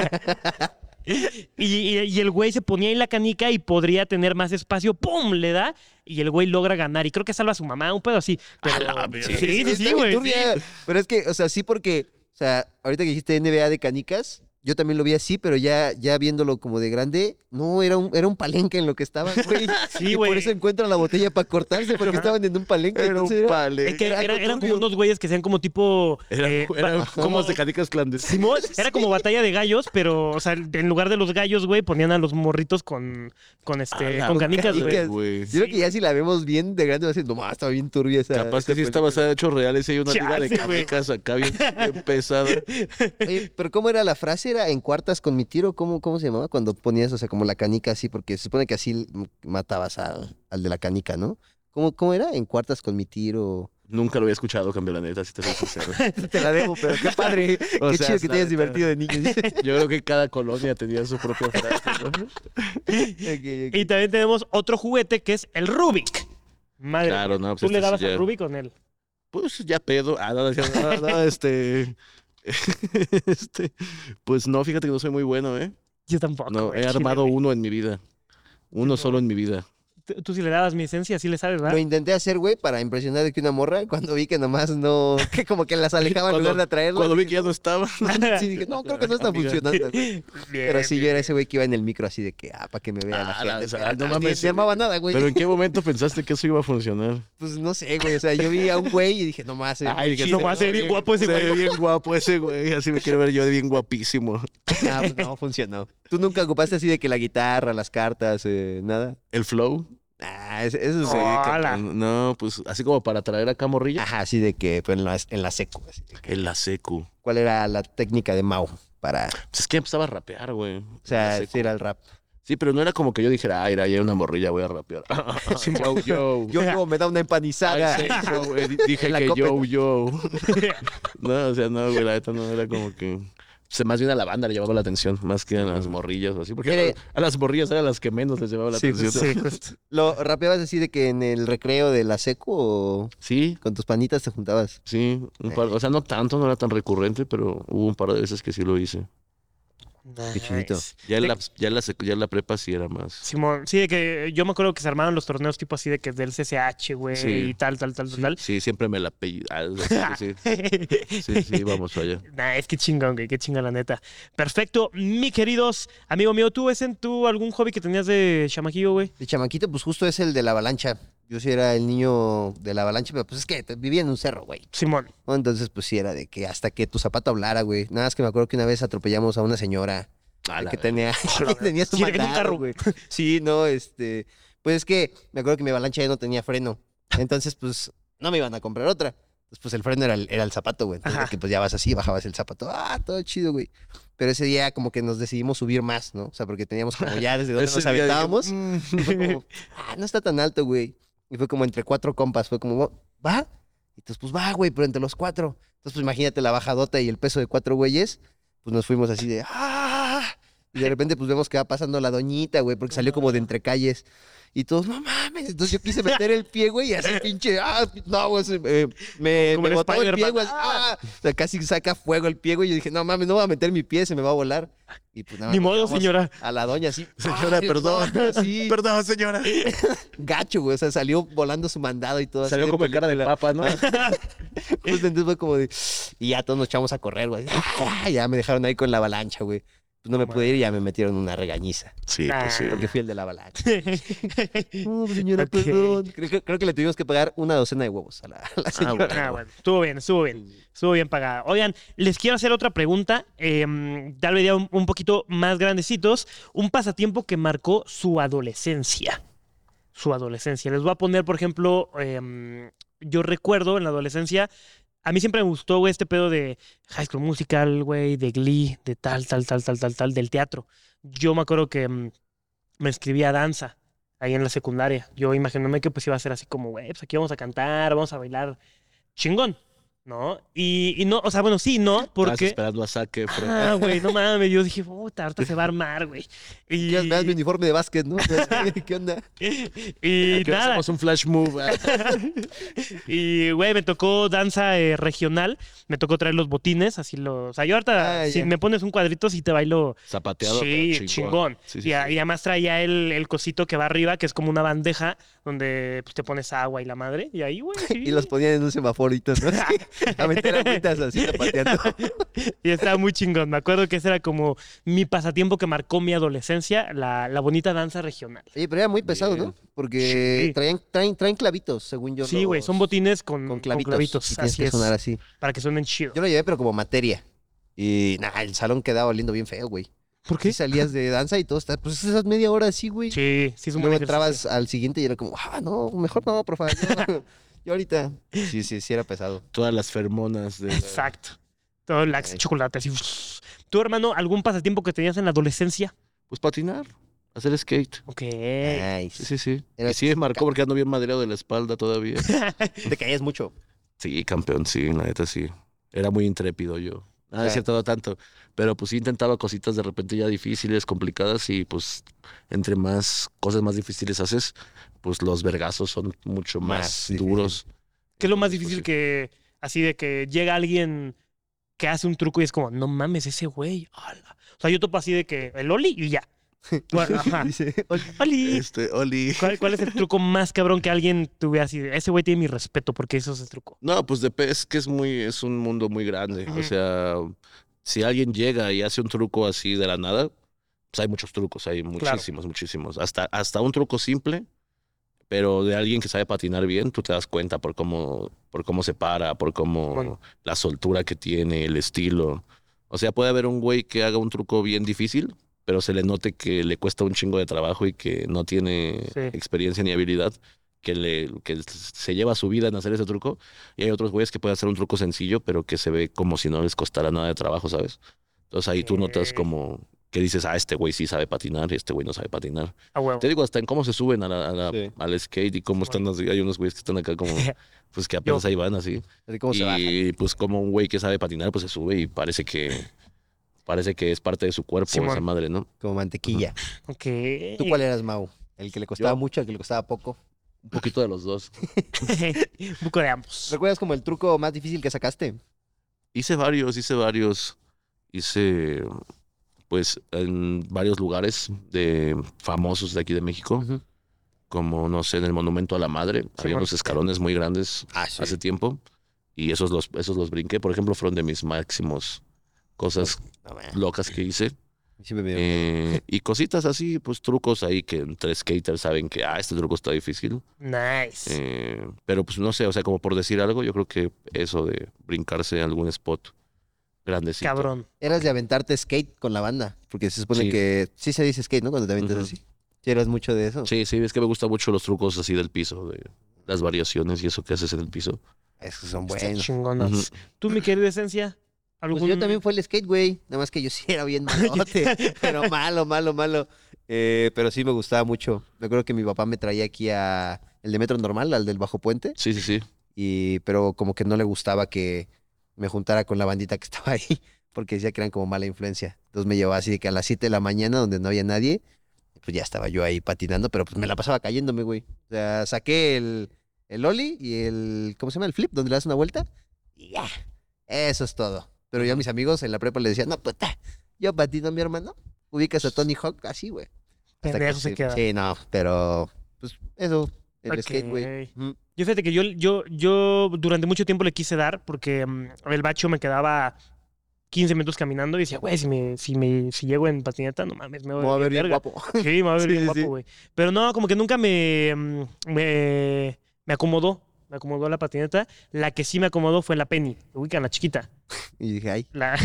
Y el güey se ponía en la canica y podría tener más espacio. ¡Pum! Le da y el güey logra ganar. Y creo que salva a su mamá, un pedo así. Pero, la verga. sí, sí, Está sí, bien güey. turbia. Pero es que, o sea, sí porque, o sea, ahorita que dijiste NBA de canicas, yo también lo vi así, pero ya viéndolo como de grande, no, era un palenque en lo que estaban, güey. Sí, Y güey. por eso encuentran la botella para cortarse, porque estaban en un palenque. Era un entonces era- pale. Es que Era algo eran como turbio. unos güeyes que sean como tipo. Eran como de canicas clandestinas. Simón, era como batalla de gallos, pero, o sea, en lugar de los gallos, güey, ponían a los morritos con canicas, güey. Güey. Yo creo que ya si la vemos bien de grande va a decir, no, estaba bien turbia esa. Capaz que esa sí está película". basada en hechos reales y hay una tira de Chance, güey. canicas acá bien pesada. Oye, pero ¿cómo era la frase? ¿Era en cuartas con mi tiro? ¿Cómo se llamaba? Cuando ponías, o sea, como la canica así, porque se supone que así matabas al de la canica, ¿no? ¿Cómo era? En cuartas con mi tiro. Nunca lo había escuchado, cambio la neta, si te soy sincero. Te la dejo, pero qué padre. O Qué sea, chido que la te hayas neta. divertido de niño. Yo creo que cada colonia tenía su propia frase, ¿no? Ok. Y también tenemos otro juguete que es el Rubik. Madre. Claro, no, pues ¿Tú le este dabas sí ya- al Rubik con él? Pues ya pedo. Pues no, fíjate que no soy muy bueno, ¿eh? Yo tampoco. No, güey, he chile, armado güey. uno en mi vida. Uno solo en mi vida. Tú sí le dabas mi esencia, sí le sabes, Lo ¿verdad? intenté hacer, güey, para impresionar de que una morra, cuando vi que nomás no, que como que las alejaba en lugar de atraerlas. Cuando vi que ya no estaba. Sí, dije, no, creo que no está Amiga. funcionando. güey. Pero sí, yo era ese güey que iba en el micro así de que, para que me vea la gente. o sea, no Ni mames. se armaba nada, güey. Pero ¿en qué momento pensaste que eso iba a funcionar? Pues no sé, güey, o sea, yo vi a un güey y dije, nomás, Dije, no, va a ser bien guapo ese se ve güey. bien guapo ese güey. Así me quiero ver yo de bien guapísimo. pues no funcionó. ¿Tú nunca ocupaste así de que la guitarra, las cartas, nada? ¿El flow? Eso Sí, sí. Hola. no, pues así como para traer acá morrilla. Ajá, así de que, pero en la seco. Así de que, En la secu. ¿cuál era la técnica de Mau para, Pues es que empezaba a rapear, güey. o sea, En la secu. sí era el rap? Sí, pero no era como que yo dijera, ya hay una morrilla, voy a rapear. yo. Yo me da una empanizada. Ay, sí, yo, güey, dije La que Coppel. yo. No, o sea, no, güey, la neta no era como que... Se más bien a la banda le llamaba la atención, más que a las morrillas o así. Porque Mire. a las morrillas eran las que menos les llamaba la Sí, atención. sí, ¿Lo rapeabas así de que en el recreo de la seco o Sí, con tus panitas te juntabas? sí, un par, o sea, no tanto, no era tan recurrente, pero hubo un par de veces que sí lo hice. Qué chidito. Nice. Ya en la prepa sí era más. Simón, sí, de que yo me acuerdo que se armaron los torneos tipo así de que del CCH, güey, Sí. y tal. Sí, siempre me la sí, sí, vamos allá. Nah, es que chingón, güey, qué chingón la neta. Perfecto, mi queridos amigo mío, ¿tú algún hobby que tenías de chamaquillo, güey? De chamaquito, pues justo es el de la avalancha. Yo sí era el niño de la avalancha, pero pues es que vivía en un cerro, güey. Simón. ¿No? Entonces, pues sí era de que hasta que tu zapato hablara, güey. Nada más que me acuerdo que una vez atropellamos a una señora A la que verga. tenía su Sí, en un mandado, carro. güey. Sí, no, pues es que me acuerdo que mi avalancha ya no tenía freno. Entonces, pues no me iban a comprar otra. Entonces, pues el freno era el zapato, güey. Entonces, Ajá. que pues ya vas así, bajabas el zapato. Todo chido, güey. Pero ese día como que nos decidimos subir más, ¿no? O sea, porque teníamos como ya desde donde Ese nos día dije, aventábamos. Y fue como, no está tan alto, güey. Y fue como entre 4 compas. Fue como, ¿va? Y entonces, pues va, güey, pero entre los 4. Entonces, pues imagínate la bajadota y el peso de 4 güeyes. Pues nos fuimos así de, ¡ah! Y de repente, pues vemos que va pasando la doñita, güey, porque salió como de entre calles. Y todos, no mames. Entonces yo quise meter el pie, güey, y así pinche, no, güey, me Como el botó el pie, Spider-Man. güey. O sea, casi saca fuego el pie, güey. Y yo dije, no mames, no voy a meter mi pie, se me va a volar. Y pues nada, Ni modo, llegamos señora. A la doña así. Señora, perdón. Sí, Perdón, señora. gacho, güey. O sea, salió volando su mandado y todo. así Salió de como en cara de película. papa, ¿no? Pues entonces fue como de. Y ya todos nos echamos a correr, güey. Ya me dejaron ahí con la avalancha, güey. Pues no me pude ir y ya me metieron una regañiza. Sí, pues sí. Porque fui el de la avalancha. No, pues, señora, Ok. perdón. Creo que le tuvimos que pagar una docena de huevos a la señora. Ah, bueno, estuvo bien, estuvo bien pagada. Oigan, les quiero hacer otra pregunta, tal vez ya un poquito más grandecitos, un pasatiempo que marcó su adolescencia. Su adolescencia. Les voy a poner, por ejemplo, yo recuerdo en la adolescencia, a mí siempre me gustó, güey, este pedo de High School Musical, güey, de Glee, de tal, del teatro. Yo me acuerdo que me inscribí a danza ahí en la secundaria. Yo imaginándome que pues iba a ser así como, güey, pues aquí vamos a cantar, vamos a bailar chingón, ¿no? Y no, o sea, bueno, sí, no, Estabas porque... esperando a Zac Efron. Ah, güey, no mames, yo dije, puta, ahorita se va a armar, güey. Y, Ya veas mi uniforme de básquet, ¿no? ¿Qué onda? y Aquí nada, hacemos un flash move. y güey, me tocó danza regional, me tocó traer los botines, así los... O sea, yo ahorita, Ah, si ya. me pones un cuadrito, sí te bailo... Zapateado. Sí, pero chingón. Sí, sí, y, sí. y además traía el cosito que va arriba, que es como una bandeja donde pues, te pones agua y la madre. Y ahí, güey, sí. Y los ponían en un semaforito, ¿no? A meter agüitas así, zapateando. Y estaba muy chingón. Me acuerdo que ese era como mi pasatiempo que marcó mi adolescencia, la bonita danza regional. Oye, pero era muy pesado, Bien. ¿no? Porque Sí. traen clavitos, según yo. Sí, güey, los- son botines con con clavitos. clavitos. Y tienes Así que es, sonar así. para que suenen chido. Yo lo llevé, pero como materia. Y nada, el salón quedaba oliendo bien feo, güey. ¿Por Sí salías de danza y todo está, pues esas media hora así, güey. Sí, sí es Y un luego buen entrabas ejercicio. al siguiente y era como, no, mejor no, por favor. Yo ahorita. Sí, era pesado. Todas las feromonas de... Exacto. Todo el Axe chocolate, así. ¿Tú, hermano, algún pasatiempo que tenías en la adolescencia? Pues patinar, hacer skate. Ok. Nice. Sí. Era- Y sí me marcó porque ando bien madreado de la espalda todavía. Te caías mucho. Sí, campeón, sí, la neta sí. Era muy intrépido yo. Nada, Ya. es cierto, no tanto. Pero pues sí intentaba cositas de repente ya difíciles, complicadas y pues entre más cosas más difíciles haces, pues los vergazos son mucho Más, más sí, sí, duros. ¿Qué es lo más Pues, difícil sí. que, así de que llega alguien que hace un truco y es como, no mames, ese güey, ala. O sea, yo topo así de que el Oli y ya. Bueno, ajá. Dice, "Oye, Oli. Oli. ¿Cuál es el truco más cabrón que alguien tuve así? Ese güey tiene mi respeto porque eso es el truco. No, pues es que es un mundo muy grande. Ujú. O sea, si alguien llega y hace un truco así de la nada, pues hay muchos trucos, hay muchísimos. Hasta un truco simple, pero de alguien que sabe patinar bien, tú te das cuenta por cómo se para, por cómo Bueno. la soltura que tiene, el estilo. O sea, puede haber un güey que haga un truco bien difícil, pero se le note que le cuesta un chingo de trabajo y que no tiene Sí. experiencia ni habilidad, que se lleva su vida en hacer ese truco. Y hay otros güeyes que pueden hacer un truco sencillo, pero que se ve como si no les costara nada de trabajo, ¿sabes? Entonces ahí tú notas Ok. como que dices, este güey sí sabe patinar y este güey no sabe patinar. A huevo. Te digo, hasta en cómo se suben Sí. al skate y cómo están así. Hay unos güeyes que están acá como, pues que apenas ahí van así. así ¿cómo se baja? Y pues como un güey que sabe patinar, pues se sube y parece que es parte de su cuerpo Simón. esa madre, ¿no? Como mantequilla. Ok. ¿Tú cuál eras, Mau? ¿El que le costaba Yo. mucho, el que le costaba poco? Un poquito de los dos. Un poco de ambos. ¿Recuerdas como el truco más difícil que sacaste? Hice varios. Hice, pues, en varios lugares famosos de aquí de México. Ujú. Como, no sé, en el Monumento a la Madre. Había Simón. unos escalones muy grandes Sí. hace tiempo. Y esos los brinqué. Por ejemplo, fueron de mis máximos cosas No, man. locas que hice. Siempre me dio miedo. Y cositas así, pues trucos ahí que entre skaters saben que, este truco está difícil. Nice. Pero pues no sé, o sea, como por decir algo, yo creo que eso de brincarse en algún spot grandecito. Cabrón. Eras de aventarte skate con la banda. Porque se supone Sí. que sí se dice skate, ¿no? Cuando te aventas Ujú. así. Sí, eras mucho de eso. Sí, es que me gustan mucho los trucos así del piso, de las variaciones y eso que haces en el piso. Esos son Están buenos. chingonas. Ujú. ¿Tú, mi querida esencia? Pues yo también fue el skate, güey. Nada más que yo sí era bien malote. Pero malo. Pero sí me gustaba mucho. Me acuerdo que mi papá me traía aquí a el de Metro Normal, al del Bajo Puente. Sí. Pero como que no le gustaba que me juntara con la bandita que estaba ahí. Porque decía que eran como mala influencia. Entonces me llevaba así de que a las 7 de la mañana, donde no había nadie, pues ya estaba yo ahí patinando, pero pues me la pasaba cayéndome, güey. O sea, saqué el ollie y ¿cómo se llama? El flip, donde le das una vuelta. Y ya. Eso es todo. Pero ya mis amigos en la prepa le decían, no, pues yo patino, mi hermano. Ubicas a Tony Hawk así, güey. Hasta Pendejo se sí, queda. sí, no, pero pues eso, el skate, güey. Ok. Ujú. Yo fíjate que yo durante mucho tiempo le quise dar porque el bacho me quedaba 15 minutos caminando y decía, güey, si llego en patineta, no mames, me Me voy a ver bien verga. guapo. Sí, me va a ver Sí, bien sí, guapo, sí. güey. Pero no, como que nunca me acomodó. Me acomodó la patineta. La que sí me acomodó fue la Penny. Ubican, la chiquita. Y dije, ay, La...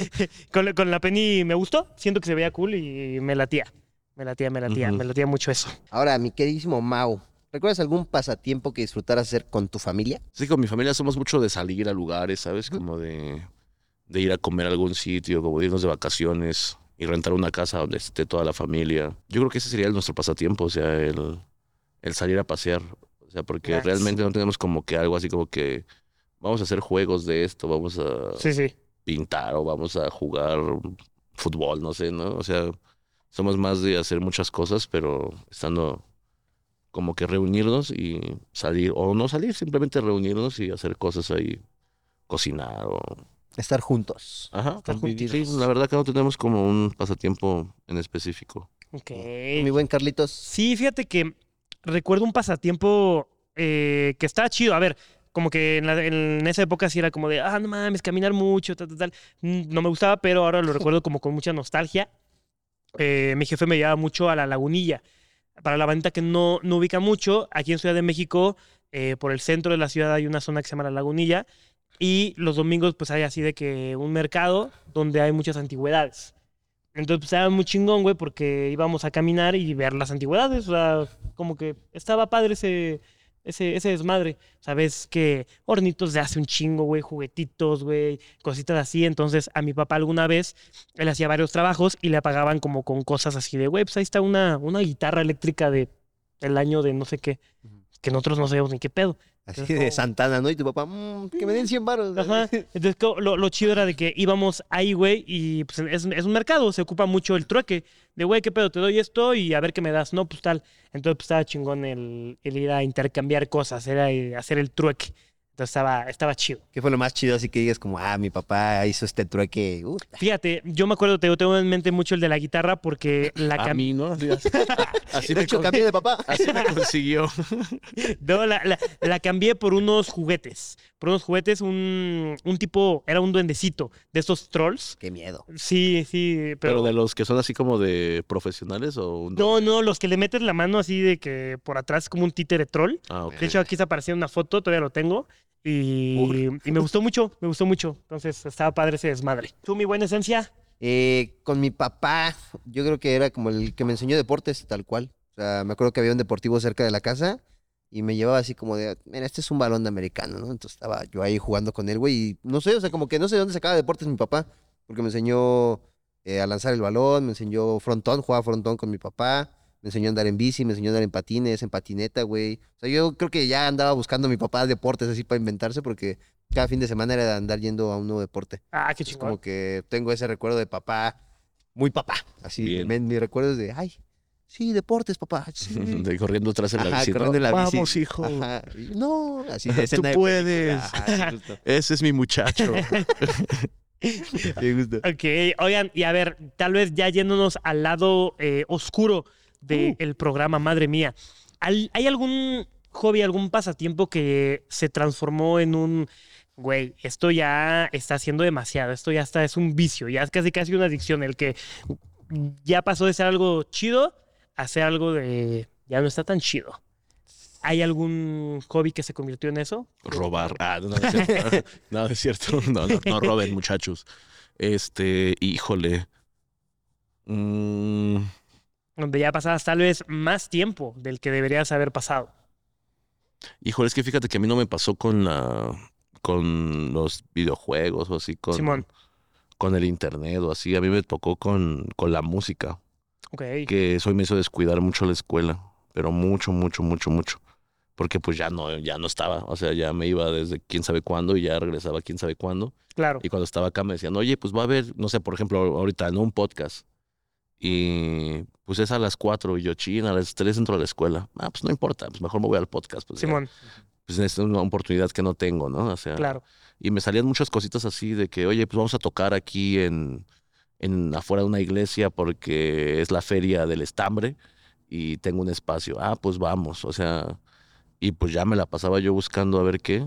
con la Penny me gustó. Siento que se veía cool y me latía. Me latía mucho eso. ahora, mi queridísimo Mau, ¿recuerdas algún pasatiempo que disfrutaras hacer con tu familia? Sí, con mi familia somos mucho de salir a lugares, ¿sabes? Como de ir a comer a algún sitio, como de irnos de vacaciones y rentar una casa donde esté toda la familia. Yo creo que ese sería nuestro pasatiempo, o sea, el salir a pasear. O sea, porque Nice. realmente no tenemos como que algo así como que vamos a hacer juegos de esto, vamos a Sí. pintar o vamos a jugar fútbol, no sé, ¿no? O sea, somos más de hacer muchas cosas, pero estando como que reunirnos y salir, o no salir, simplemente reunirnos y hacer cosas ahí, cocinar o... Estar juntos. Ajá, Estar convivir. Sí, juntitos. la verdad que no tenemos como un pasatiempo en específico. Ok. Mi buen Carlitos. Sí, fíjate que recuerdo un pasatiempo que estaba chido. A ver, como que en esa época sí era como de, no mames, caminar mucho, tal. No me gustaba, pero ahora lo recuerdo como con mucha nostalgia. Mi jefe me llevaba mucho a la Lagunilla. Para la bandita que no ubica mucho, aquí en Ciudad de México, por el centro de la ciudad hay una zona que se llama La Lagunilla. Y los domingos, pues hay así de que un mercado donde hay muchas antigüedades. Entonces, pues estaba muy chingón, güey, porque íbamos a caminar y ver las antigüedades. O sea, como que estaba padre ese desmadre. Sabes que hornitos de hace un chingo, güey, juguetitos, güey, cositas así. Entonces, a mi papá alguna vez, él hacía varios trabajos y le pagaban como con cosas así de, güey, pues ahí está una guitarra eléctrica del año de no sé qué, que nosotros no sabíamos ni qué pedo. Así Entonces, de como- Santana, ¿no? Y tu papá, que me den 100 varos. Ajá. Entonces, lo chido era de que íbamos ahí, güey, y pues es un mercado, se ocupa mucho el trueque. De, güey, ¿qué pedo? Te doy esto y a ver qué me das. No, pues tal. Entonces, pues estaba chingón el ir a intercambiar cosas, era hacer el trueque. Entonces, estaba chido. ¿Qué fue lo más chido? Así que digas como, mi papá hizo este trueque. Fíjate, yo me acuerdo, tengo en mente mucho el de la guitarra porque la A mí, ¿no? Así de me, hecho, cambié de papá. así me consiguió. No, la cambié por unos juguetes. Por unos juguetes, un tipo, era un duendecito de esos trolls. Qué miedo. Sí, Pero de los que son así como de profesionales o un... No, los que le metes la mano así de que por atrás es como un títere troll. Ah, ok. De hecho, aquí está apareciendo una foto, todavía lo tengo. Y me gustó mucho. Entonces, estaba padre ese desmadre. ¿Tú, mi buena esencia? Con mi papá, yo creo que era como el que me enseñó deportes, tal cual. O sea, me acuerdo que había un deportivo cerca de la casa y me llevaba así como de, mira, este es un balón de americano, ¿no? Entonces estaba yo ahí jugando con él, güey, y no sé, o sea, como que no sé de dónde sacaba deportes mi papá, porque me enseñó a lanzar el balón, me enseñó frontón, jugaba frontón con mi papá, me enseñó a andar en bici, me enseñó a andar en patines, en patineta, güey. O sea, yo creo que ya andaba buscando a mi papá deportes así para inventarse, porque cada fin de semana era de andar yendo a un nuevo deporte. Qué Es chingón. como que tengo ese recuerdo de papá, muy papá. Así, Bien. mi recuerdo es de, ay, sí, deportes, papá. Sí. De corriendo atrás en la Ajá, bici. corriendo en la bici. Vamos, hijo. Ajá. Y, no, así de Tú escena de puedes. película. Ajá, sí, justo. Ese es mi muchacho. Sí, justo. Ok, oigan, y a ver, tal vez ya yéndonos al lado oscuro del programa, madre mía. ¿Hay algún hobby, algún pasatiempo que se transformó en un, güey, esto ya está haciendo demasiado, esto ya es un vicio, ya es casi una adicción, el que ya pasó de ser algo chido a ser algo de, ya no está tan chido? ¿Hay algún hobby que se convirtió en eso? Robar. No es cierto. No es cierto. No roben, muchachos. Híjole. Donde ya pasabas tal vez más tiempo del que deberías haber pasado. Híjole, es que fíjate que a mí no me pasó con los videojuegos o así, Simón. con el internet o así. A mí me tocó con la música, Ok. que eso me hizo descuidar mucho la escuela, pero mucho, mucho, mucho, mucho. Porque pues ya no estaba, o sea, ya me iba desde quién sabe cuándo y ya regresaba quién sabe cuándo. Claro. Y cuando estaba acá me decían, oye, pues va a haber, no sé, por ejemplo, ahorita en un podcast. Y pues es a las 4 y yo, a las 3 entro a la escuela. Ah, pues no importa, pues mejor me voy al podcast. Pues, ya. Simón, Pues es una oportunidad que no tengo, ¿no? O sea, claro. y me salían muchas cositas así de que, oye, pues vamos a tocar aquí afuera de una iglesia porque es la feria del estambre y tengo un espacio. Ah, pues vamos, o sea, y pues ya me la pasaba yo buscando a ver qué.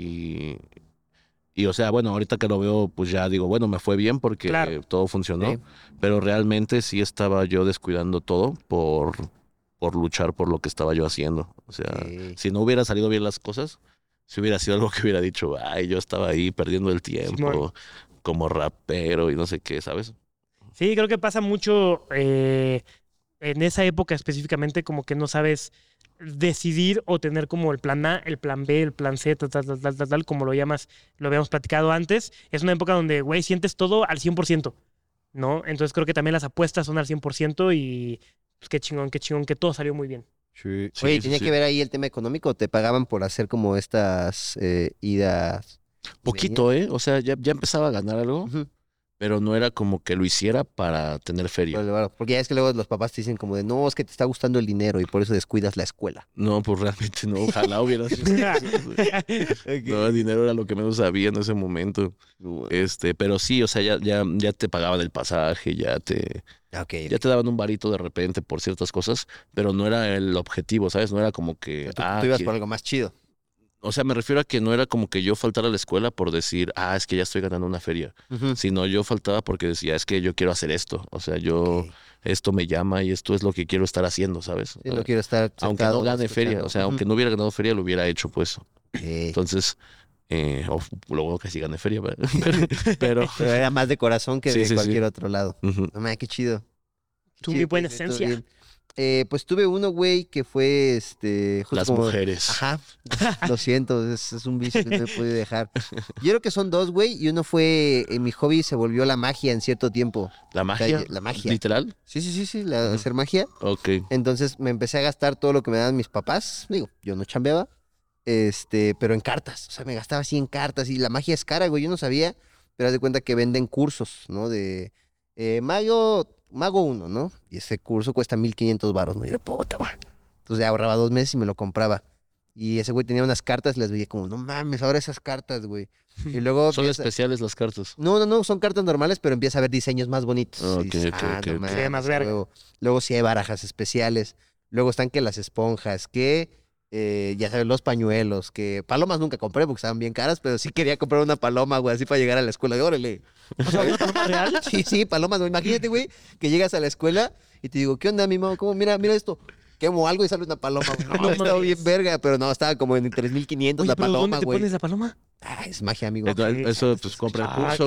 Y o sea, bueno, ahorita que lo veo, pues ya digo, bueno, me fue bien porque Claro. todo funcionó, Sí. pero realmente sí estaba yo descuidando todo por luchar por lo que estaba yo haciendo. O sea, Sí. si no hubiera salido bien las cosas, si hubiera sido algo que hubiera dicho, ay, yo estaba ahí perdiendo el tiempo Simón. como rapero y no sé qué, ¿sabes? Sí, creo que pasa mucho en esa época específicamente, como que no sabes decidir o tener como el plan A, el plan B, el plan C, tal, como lo llamas, lo habíamos platicado antes. Es una época donde, güey, sientes todo al 100%, ¿no? Entonces creo que también las apuestas son al 100% y pues qué chingón, que todo salió muy bien. Sí. Sí, Oye, sí, ¿tenía sí. que ver ahí el tema económico o te pagaban por hacer como estas idas? Poquito, ¿eh? O sea, ya empezaba a ganar algo, Ujú. pero no era como que lo hiciera para tener feria. Por el varo. Porque ya es que luego los papás te dicen como de, no, es que te está gustando el dinero y por eso descuidas la escuela. No, pues realmente no, ojalá hubiera sido eso. No, el dinero era lo que menos sabía en ese momento. Pero sí, o sea, ya te pagaban el pasaje, ya te daban un varito de repente por ciertas cosas, pero no era el objetivo, ¿sabes? No era como que, Tú ibas por algo más chido. o sea, me refiero a que no era como que yo faltara a la escuela por decir, es que ya estoy ganando una feria, Ujú. sino yo faltaba porque decía, es que yo quiero hacer esto, o sea, Ok. esto me llama y esto es lo que quiero estar haciendo, ¿sabes? Sí, no quiero estar Aunque sentado no gane feria, escuchando. o sea, aunque Ujú. no hubiera ganado feria, lo hubiera hecho, pues. Ok. Entonces, o luego que sí gane feria, ¿verdad? pero Pero era más de corazón que Sí, de sí, sí. cualquier otro lado. ujú. No mames, qué chido. Tú, Sí, mi buena todo esencia. bien. Pues tuve uno, güey, que fue justo Las como. mujeres. Ajá. Lo siento, es un vicio que no he podido dejar. Yo creo que son dos, güey, y uno fue. Mi hobby se volvió la magia en cierto tiempo. La magia. La magia. ¿Literal? Sí, Ujú. hacer magia. Ok. Entonces me empecé a gastar todo lo que me daban mis papás. Digo, yo no chambeaba. Pero en cartas. O sea, me gastaba así en cartas. Y la magia es cara, güey. Yo no sabía. Pero haz de cuenta que venden cursos, ¿no? De Mago 1, ¿no? Y ese curso cuesta 1,500 varos, ¿no? Y yo, puta, güey. Entonces ya ahorraba 2 meses y me lo compraba. Y ese güey tenía unas cartas y las veía como, no mames, ahora esas cartas, güey. Y luego Son empieza- especiales las cartas. No, son cartas normales, pero empieza a ver diseños más bonitos. Ok, Y dices, ok, no ok. Se ve mames, más verga. luego sí hay barajas especiales. Luego están que las esponjas, que ya sabes, los pañuelos, que palomas nunca compré porque estaban bien caras, pero sí quería comprar una paloma, güey, así para llegar a la escuela. De órale. O sea, ¿una paloma real? Sí, palomas, güey. Imagínate, güey, que llegas a la escuela y te digo, ¿qué onda, mi mamá? ¿Cómo? Mira esto. Quemo algo y sale una paloma, güey. No, estaba mames. bien verga, pero no, estaba como en 3,500 Oye, la pero ¿dónde paloma, te güey. pones la paloma? Es magia, amigo. Eso, pues compra el curso.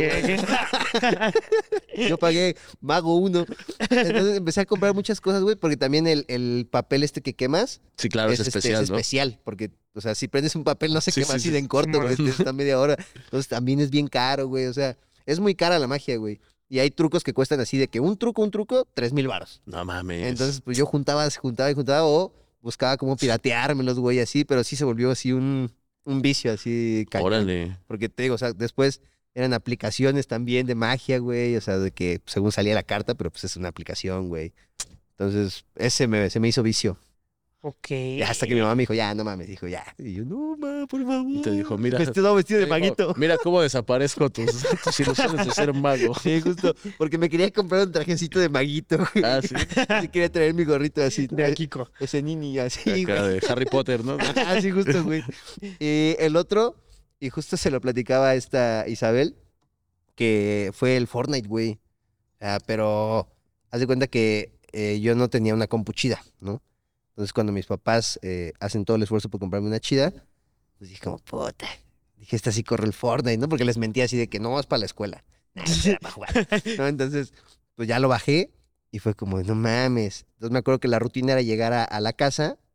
Ok. Yo pagué Mago 1. Entonces empecé a comprar muchas cosas, güey, porque también el papel que quemas Sí, claro, es especial, es ¿no? especial, porque, o sea, si prendes un papel no se Sí, quema sí, así sí. de en corto, güey, está media hora. Entonces también es bien caro, güey, o sea, es muy cara la magia, güey. Y hay trucos que cuestan así de que un truco, 3,000 varos. No mames. Entonces, pues yo juntaba o buscaba cómo pirateármelos, güey, así, pero sí se volvió así un vicio así cañón. Órale. Porque te digo, o sea, después eran aplicaciones también de magia, güey. O sea, de que según salía la carta, pero pues es una aplicación, güey. Entonces, se me hizo vicio. Ok. Y hasta que mi mamá me dijo, ya, no mames, dijo, ya. Y yo, no, ma, por favor. Y te dijo, mira. Vestido de te dijo, maguito. Mira cómo desaparezco tus ilusiones de ser mago. Sí, justo. Porque me quería comprar un trajecito de maguito, güey. Ah, sí. Sí, quería traer mi gorrito así. De Akiko. Ese niño así, Acá güey. de Harry Potter, ¿no? Ah, sí, justo, güey. Y el otro, y justo se lo platicaba a esta Isabel, que fue el Fortnite, güey. Pero haz de cuenta que yo no tenía una compu chida, ¿no? Entonces cuando mis papás hacen todo el esfuerzo por comprarme una chida, pues dije como, puta. Dije, esta sí corre el Fortnite, ¿no? Porque les mentía así de que no, es para la escuela. Nah, era para jugar. ¿No? Entonces, pues ya lo bajé y fue como, no mames. Entonces me acuerdo que la rutina era llegar a la casa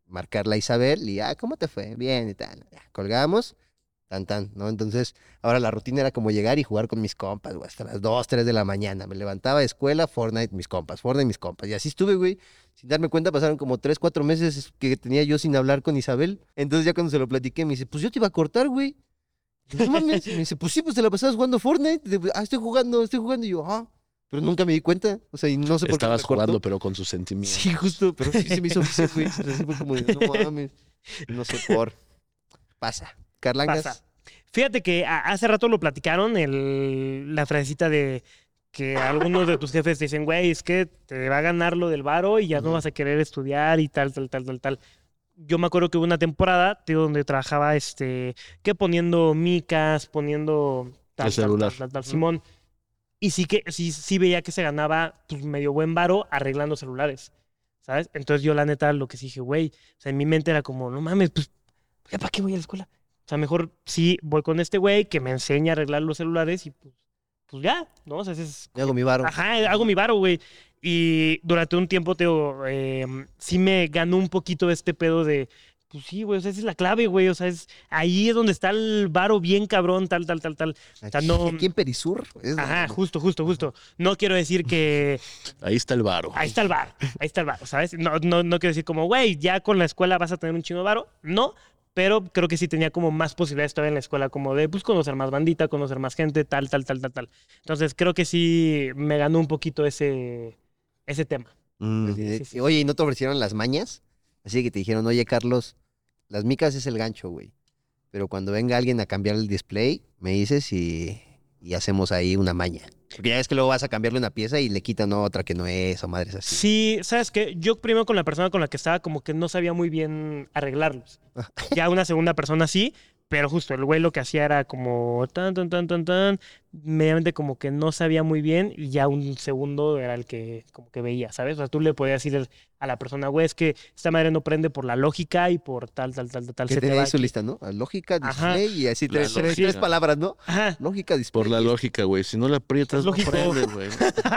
marcarla a Isabel y, ¿cómo te fue? Bien y tal. Ya, colgamos, ¿no? Entonces, ahora la rutina era como llegar y jugar con mis compas, güey, hasta las 2, 3 de la mañana. Me levantaba de escuela, Fortnite, mis compas. Y así estuve, güey. Sin darme cuenta, pasaron como 3, 4 meses que tenía yo sin hablar con Isabel. Entonces, ya cuando se lo platiqué, me dice, pues yo te iba a cortar, güey. No mames. Me dice, pues sí, pues te la pasabas jugando Fortnite. Estoy jugando. Y yo, pero nunca me di cuenta. O sea, y no sé por qué. Estabas me cortó. jugando, pero con sus sentimientos. Sí, justo, pero sí se me hizo vicio, güey. O sea, sí fue como de, no mames. No sé por. Pasa. Carlangas. Pasa. Fíjate que hace rato lo platicaron, la frasecita de que algunos de tus jefes te dicen, güey, es que te va a ganar lo del varo y ya no vas a querer estudiar y tal. Yo me acuerdo que hubo una temporada, tío, donde trabajaba, que poniendo micas, poniendo El celular. Simón. Y sí veía que se ganaba pues, medio buen varo arreglando celulares, ¿sabes? Entonces yo la neta lo que sí dije, güey, o sea, en mi mente era como, no mames, pues, ¿ya para qué voy a la escuela? O sea, mejor sí voy con este güey que me enseña a arreglar los celulares y pues ya, ¿no? O sea, Yo hago mi varo. Ajá, hago mi varo, güey. Y durante un tiempo, Teo, sí me ganó un poquito este pedo de, pues sí, güey, o sea, esa es la clave, güey. O sea, ahí es donde está el varo bien cabrón, tal. O sea, no... Aquí en Perisur. Ajá, justo. No quiero decir que... Ahí está el varo. Ahí está el varo, ¿sabes? No quiero decir como, güey, ya con la escuela vas a tener un chingo de varo. No, pero creo que sí tenía como más posibilidades todavía en la escuela, como de, pues, conocer más bandita, conocer más gente, tal. Entonces, creo que sí me ganó un poquito ese tema. Sí. Oye, ¿y no te ofrecieron las mañas? Así que te dijeron, oye, Carlos, las micas es el gancho, güey. Pero cuando venga alguien a cambiar el display, me dices y hacemos ahí una maña. Porque ya ves que luego vas a cambiarle una pieza y le quitan otra que no es o madres así. Sí, ¿sabes qué? Yo primero con la persona con la que estaba como que no sabía muy bien arreglarlos. Ya una segunda persona sí, pero justo el güey lo que hacía era como tan, medianamente como que no sabía muy bien y ya un segundo era el que como que veía, ¿sabes? O sea, tú le podías decir a la persona, güey, es que esta madre no prende por la lógica y por tal. Que tenía ahí su lista, ¿no? Lógica, display. Ajá. Y así tres palabras, ¿no? Ajá. Lógica, display. Por la lógica, güey. Si no le aprietas, no prende, güey.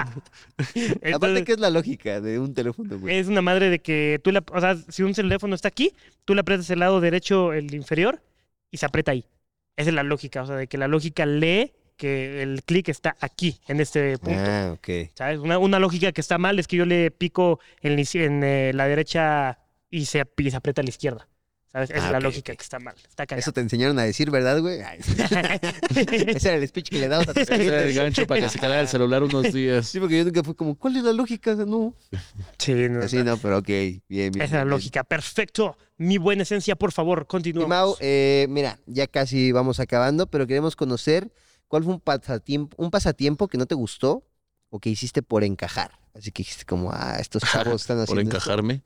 Aparte, ¿qué es la lógica de un teléfono, güey? Es una madre de que tú, o sea, si un teléfono está aquí, tú le aprietas el lado derecho, el inferior, y se aprieta ahí. Esa es la lógica, o sea, de que la lógica lee que el clic está aquí, en este punto. Ok. ¿Sabes? Una lógica que está mal es que yo le pico en la derecha y se aprieta a la izquierda. ¿Sabes? Esa es la lógica que está mal. Está cagado. Eso te enseñaron a decir, ¿verdad, güey? Ese era el speech que le dabas a tu Ese era el gancho para que se calara el celular unos días. Sí, porque yo nunca fui como, ¿cuál es la lógica? No. Sí, no. Así no, pero ok. Bien. Esa es la lógica. Perfecto. Mi buena esencia, por favor, continuamos. Mau, mira, ya casi vamos acabando, pero queremos conocer cuál fue un pasatiempo que no te gustó o que hiciste por encajar. Así que dijiste como, estos chavos están haciendo por encajarme.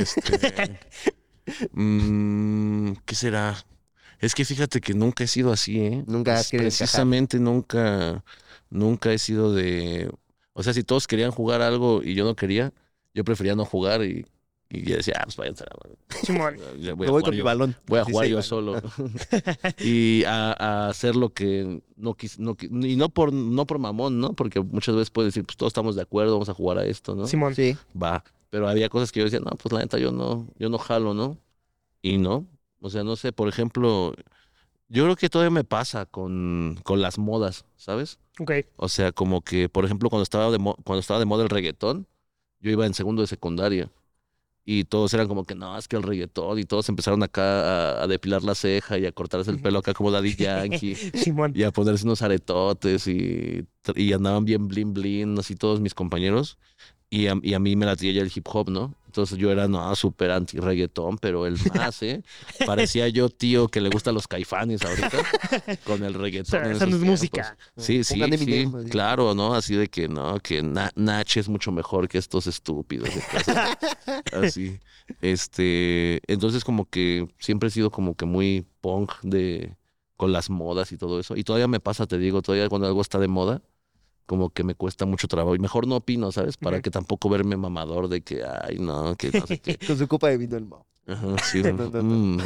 ¿Qué será? Es que fíjate que nunca he sido así, ¿eh? Nunca has querido precisamente encajar. nunca he sido de... O sea, si todos querían jugar algo y yo no quería, yo prefería no jugar y yo decía, pues váyanse a la... Voy con mi balón. Voy a jugar yo solo. Y a hacer lo que no quise, y no por mamón, ¿no? Porque muchas veces puedes decir, pues todos estamos de acuerdo, vamos a jugar a esto, ¿no? Simón. Sí. Va. Pero había cosas que yo decía, no, pues la neta yo no jalo, ¿no? Y no. O sea, no sé, por ejemplo, yo creo que todavía me pasa con las modas, ¿sabes? Ok. O sea, como que, por ejemplo, cuando estaba de moda el reggaetón, yo iba en segundo de secundaria. Y todos eran como que, no, es que el reggaetón. Y todos empezaron acá a depilar la ceja y a cortarse el pelo acá como Daddy Yankee. Simón. Y a ponerse unos aretotes y andaban bien blin blin, así todos mis compañeros. Y a mí me latía ya el hip hop, ¿no? Entonces yo era, súper anti-reggaetón, pero el más, ¿eh? Parecía yo tío que le gustan los Caifanes ahorita con el reggaetón. Esa no es música. Sí, claro, ¿no? Así de que, que Nach es mucho mejor que estos estúpidos. Así. Entonces como que siempre he sido como que muy punk con las modas y todo eso. Y todavía me pasa, te digo, todavía cuando algo está de moda, como que me cuesta mucho trabajo. Y mejor no opino, ¿sabes? Para que tampoco verme mamador de que, ay, no, que no sé qué. Con su copa de vino el Mau. Ajá, sí. No.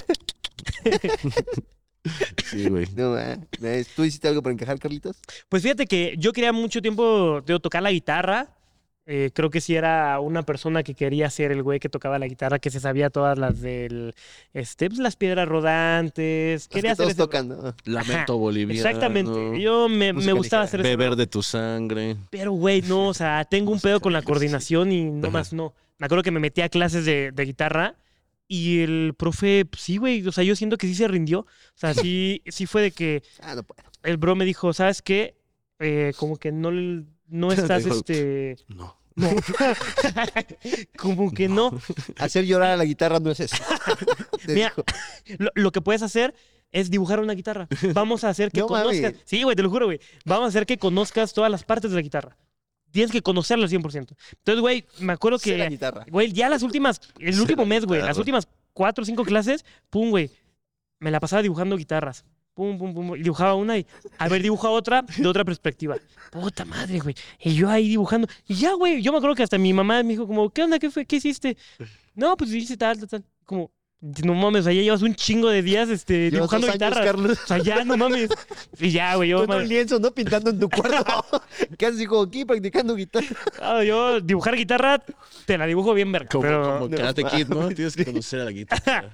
Sí, güey. No, ¿tú hiciste algo para encajar, Carlitos? Pues fíjate que yo quería mucho tiempo tocar la guitarra. Creo que sí era una persona que quería ser el güey que tocaba la guitarra, que se sabía todas las pues, las piedras rodantes. Los Quería que hacer todos ese... tocan, ¿no? Lamento Ajá, boliviano. exactamente. Yo me Música gustaba ligera. hacer eso. Beber de tu sangre. Pero, güey, no, o sea, tengo un pedo con la coordinación y no Ajá. más no. Me acuerdo que me metí a clases de guitarra y el profe, pues, sí, güey, o sea, yo siento que sí se rindió. O sea, sí fue de que No puedo. el bro me dijo, ¿sabes qué? Como que no estás, Dijo, No. No. Como que no. Hacer llorar a la guitarra no es eso. Te Mira, dijo. lo que puedes hacer es dibujar una guitarra. Vamos a hacer que No conozcas. mames. Sí, güey, te lo juro, güey. Vamos a hacer que conozcas todas las partes de la guitarra. Tienes que conocerla al 100%. Entonces, güey, me acuerdo Sé la que, guitarra. güey, ya el último mes, güey, las últimas 4 o 5 clases, pum, güey, me la pasaba dibujando guitarras. Pum, pum, pum, y dibujaba una y, a ver, dibuja otra de otra perspectiva. Puta madre, güey. Y yo ahí dibujando. Y ya, güey, yo me acuerdo que hasta mi mamá me dijo como, ¿qué onda? ¿Qué fue? ¿Qué hiciste? No, pues hice tal. Como, no mames, o sea, ya llevas un chingo de días dibujando 2 años, guitarras. Carlos. O sea, ya, no mames. Y ya, güey, yo, Con un lienzo, ¿no? Pintando en tu cuarto. ¿Qué haces, hijo? Aquí practicando guitarra. yo dibujar guitarra, te la dibujo bien verga. Como, Pero, como Karate Kid, ¿no? Tienes que conocer a la guitarra.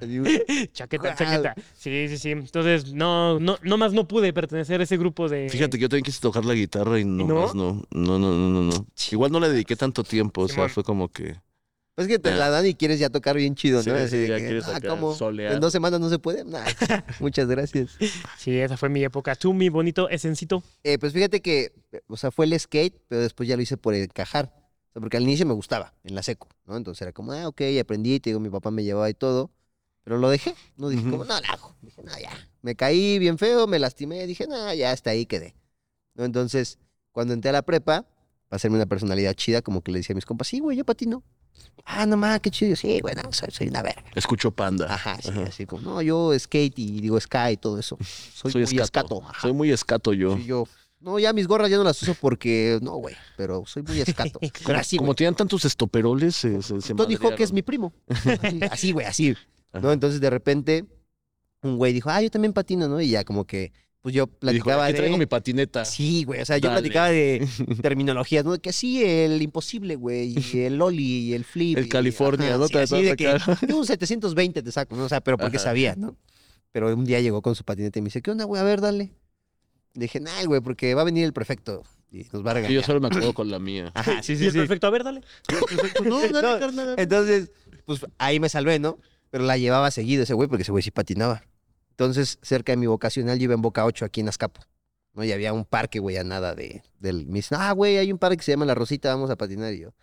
chaqueta. Sí. Entonces, no más no pude pertenecer a ese grupo de... Fíjate que yo también quise tocar la guitarra y no, ¿No? más no. No. Igual no le dediqué tanto tiempo, o sea, Simón. fue como que... Pues que te la dan y quieres ya tocar bien chido, ¿no? Sí, Así de ya que, quieres acá ¿cómo? solear. ¿En 2 semanas no se puede? Nah, muchas gracias. Sí, esa fue mi época. Tú, mi bonito esencito. Pues fíjate que, o sea, fue el skate, pero después ya lo hice por encajar. O sea, porque al inicio me gustaba, en la seco, ¿no? Entonces era como, ok, aprendí, te digo, mi papá me llevaba y todo. Pero lo dejé, no dije, como, no, la hago. Dije, no, ya. Me caí bien feo, me lastimé, dije, no, ya hasta ahí quedé. ¿No? Entonces, cuando entré a la prepa, para hacerme una personalidad chida, como que le decía a mis compas, sí, güey, yo patino. Ah, no más, qué chido. Sí, güey, no, soy una verga. Escucho Panda. Ajá, sí, así como, no, yo skate y digo sky y todo eso. Soy muy escato. Ajá. Soy muy escato yo. Sí, yo, no, ya mis gorras ya no las uso porque, no, güey, pero soy muy escato. Pero así, Como güey. tenían tantos estoperoles, se Tony Hawk es mi primo. Así, güey, así. ¿No? Ajá. Entonces, de repente, un güey dijo, yo también patino, ¿no? Y ya como que, pues yo Dijo, platicaba aquí traigo mi de... patineta. Sí, güey, o sea, yo Dale. platicaba de terminologías, ¿no? Que sí, el imposible, güey, y el ollie, y el flip. El y- California, ajá, ¿no? sí, Te así vas a de que sacar. yo un 720 te saco, ¿no? O sea, pero porque Ajá. sabía, ¿no? Pero un día llegó con su patineta y me dice, ¿qué onda, güey? A ver, dale. Le dije, nah, güey, porque va a venir el prefecto y nos va a Que yo regañar. solo me acuerdo con la mía. Ajá, sí, Y sí, el sí. perfecto, a ver, dale. No, dale, No, carnal. Entonces, pues ahí me salvé, ¿no? Pero la llevaba seguido ese güey, porque ese güey sí patinaba. Entonces, cerca de mi vocacional, yo iba en Boca 8 aquí en Azcapo, ¿no? Y había un parque, güey, a nada del... Me dicen, güey, hay un parque que se llama La Rosita, vamos a patinar. Y yo,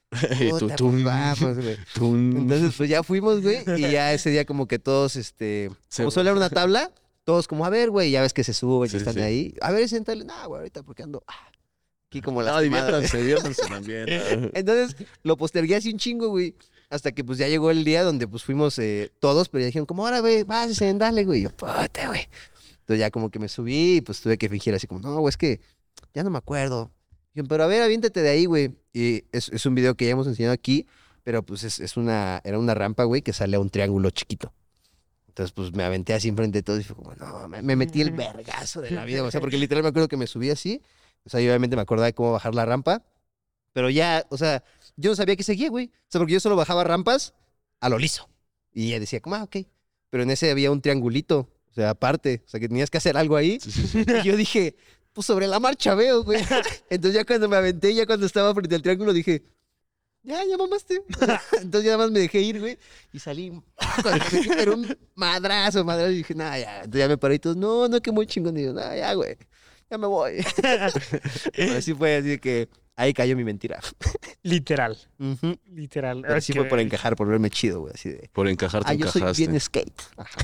Y tú, puta, tú, pues, vamos, güey. tú. Entonces, pues ya fuimos, güey, y ya ese día como que todos, como suele haber una tabla, todos como, a ver, güey, ya ves que se suben y Sí, están sí. ahí. A ver, siéntale. No, güey, ahorita porque ando aquí como No, lastimada. diviértanse también. Entonces, lo postergué así un chingo, güey. Hasta que pues ya llegó el día donde pues fuimos todos, pero ya dijeron como, ahora, güey, váyanse, dale, güey. Y yo, puta, güey. Entonces ya como que me subí y pues tuve que fingir así como, no, güey, es que ya no me acuerdo. Dijeron, pero a ver, aviéntate de ahí, güey. Y es un video que ya hemos enseñado aquí, pero pues era una rampa, güey, que sale a un triángulo chiquito. Entonces, pues me aventé así enfrente de todos y fue como, no, me metí el vergazo de la vida. O sea, porque literal me acuerdo que me subí así. O sea, yo obviamente me acordaba de cómo bajar la rampa. Pero ya, o sea, yo no sabía que seguía, güey. O sea, porque yo solo bajaba rampas a lo liso. Y ya decía, como, ok. Pero en ese había un triangulito, o sea, aparte. O sea, que tenías que hacer algo ahí. Sí, sí, sí. Y yo dije, pues sobre la marcha veo, güey. Entonces ya cuando me aventé, ya cuando estaba frente al triángulo, dije, ya mamaste. Entonces ya nada más me dejé ir, güey. Y salí, pero un madrazo. Y dije, nada, ya. Entonces ya me paré y todos, no, que muy chingón. Y yo, nada, ya, güey. Ya me voy. Pero así fue, así que ahí cayó mi mentira. Literal. Ujú. Literal. Pero sí fue por encajar, por verme chido, güey. Así de, Por encajarte, yo soy encajaste. bien skate. Ajá.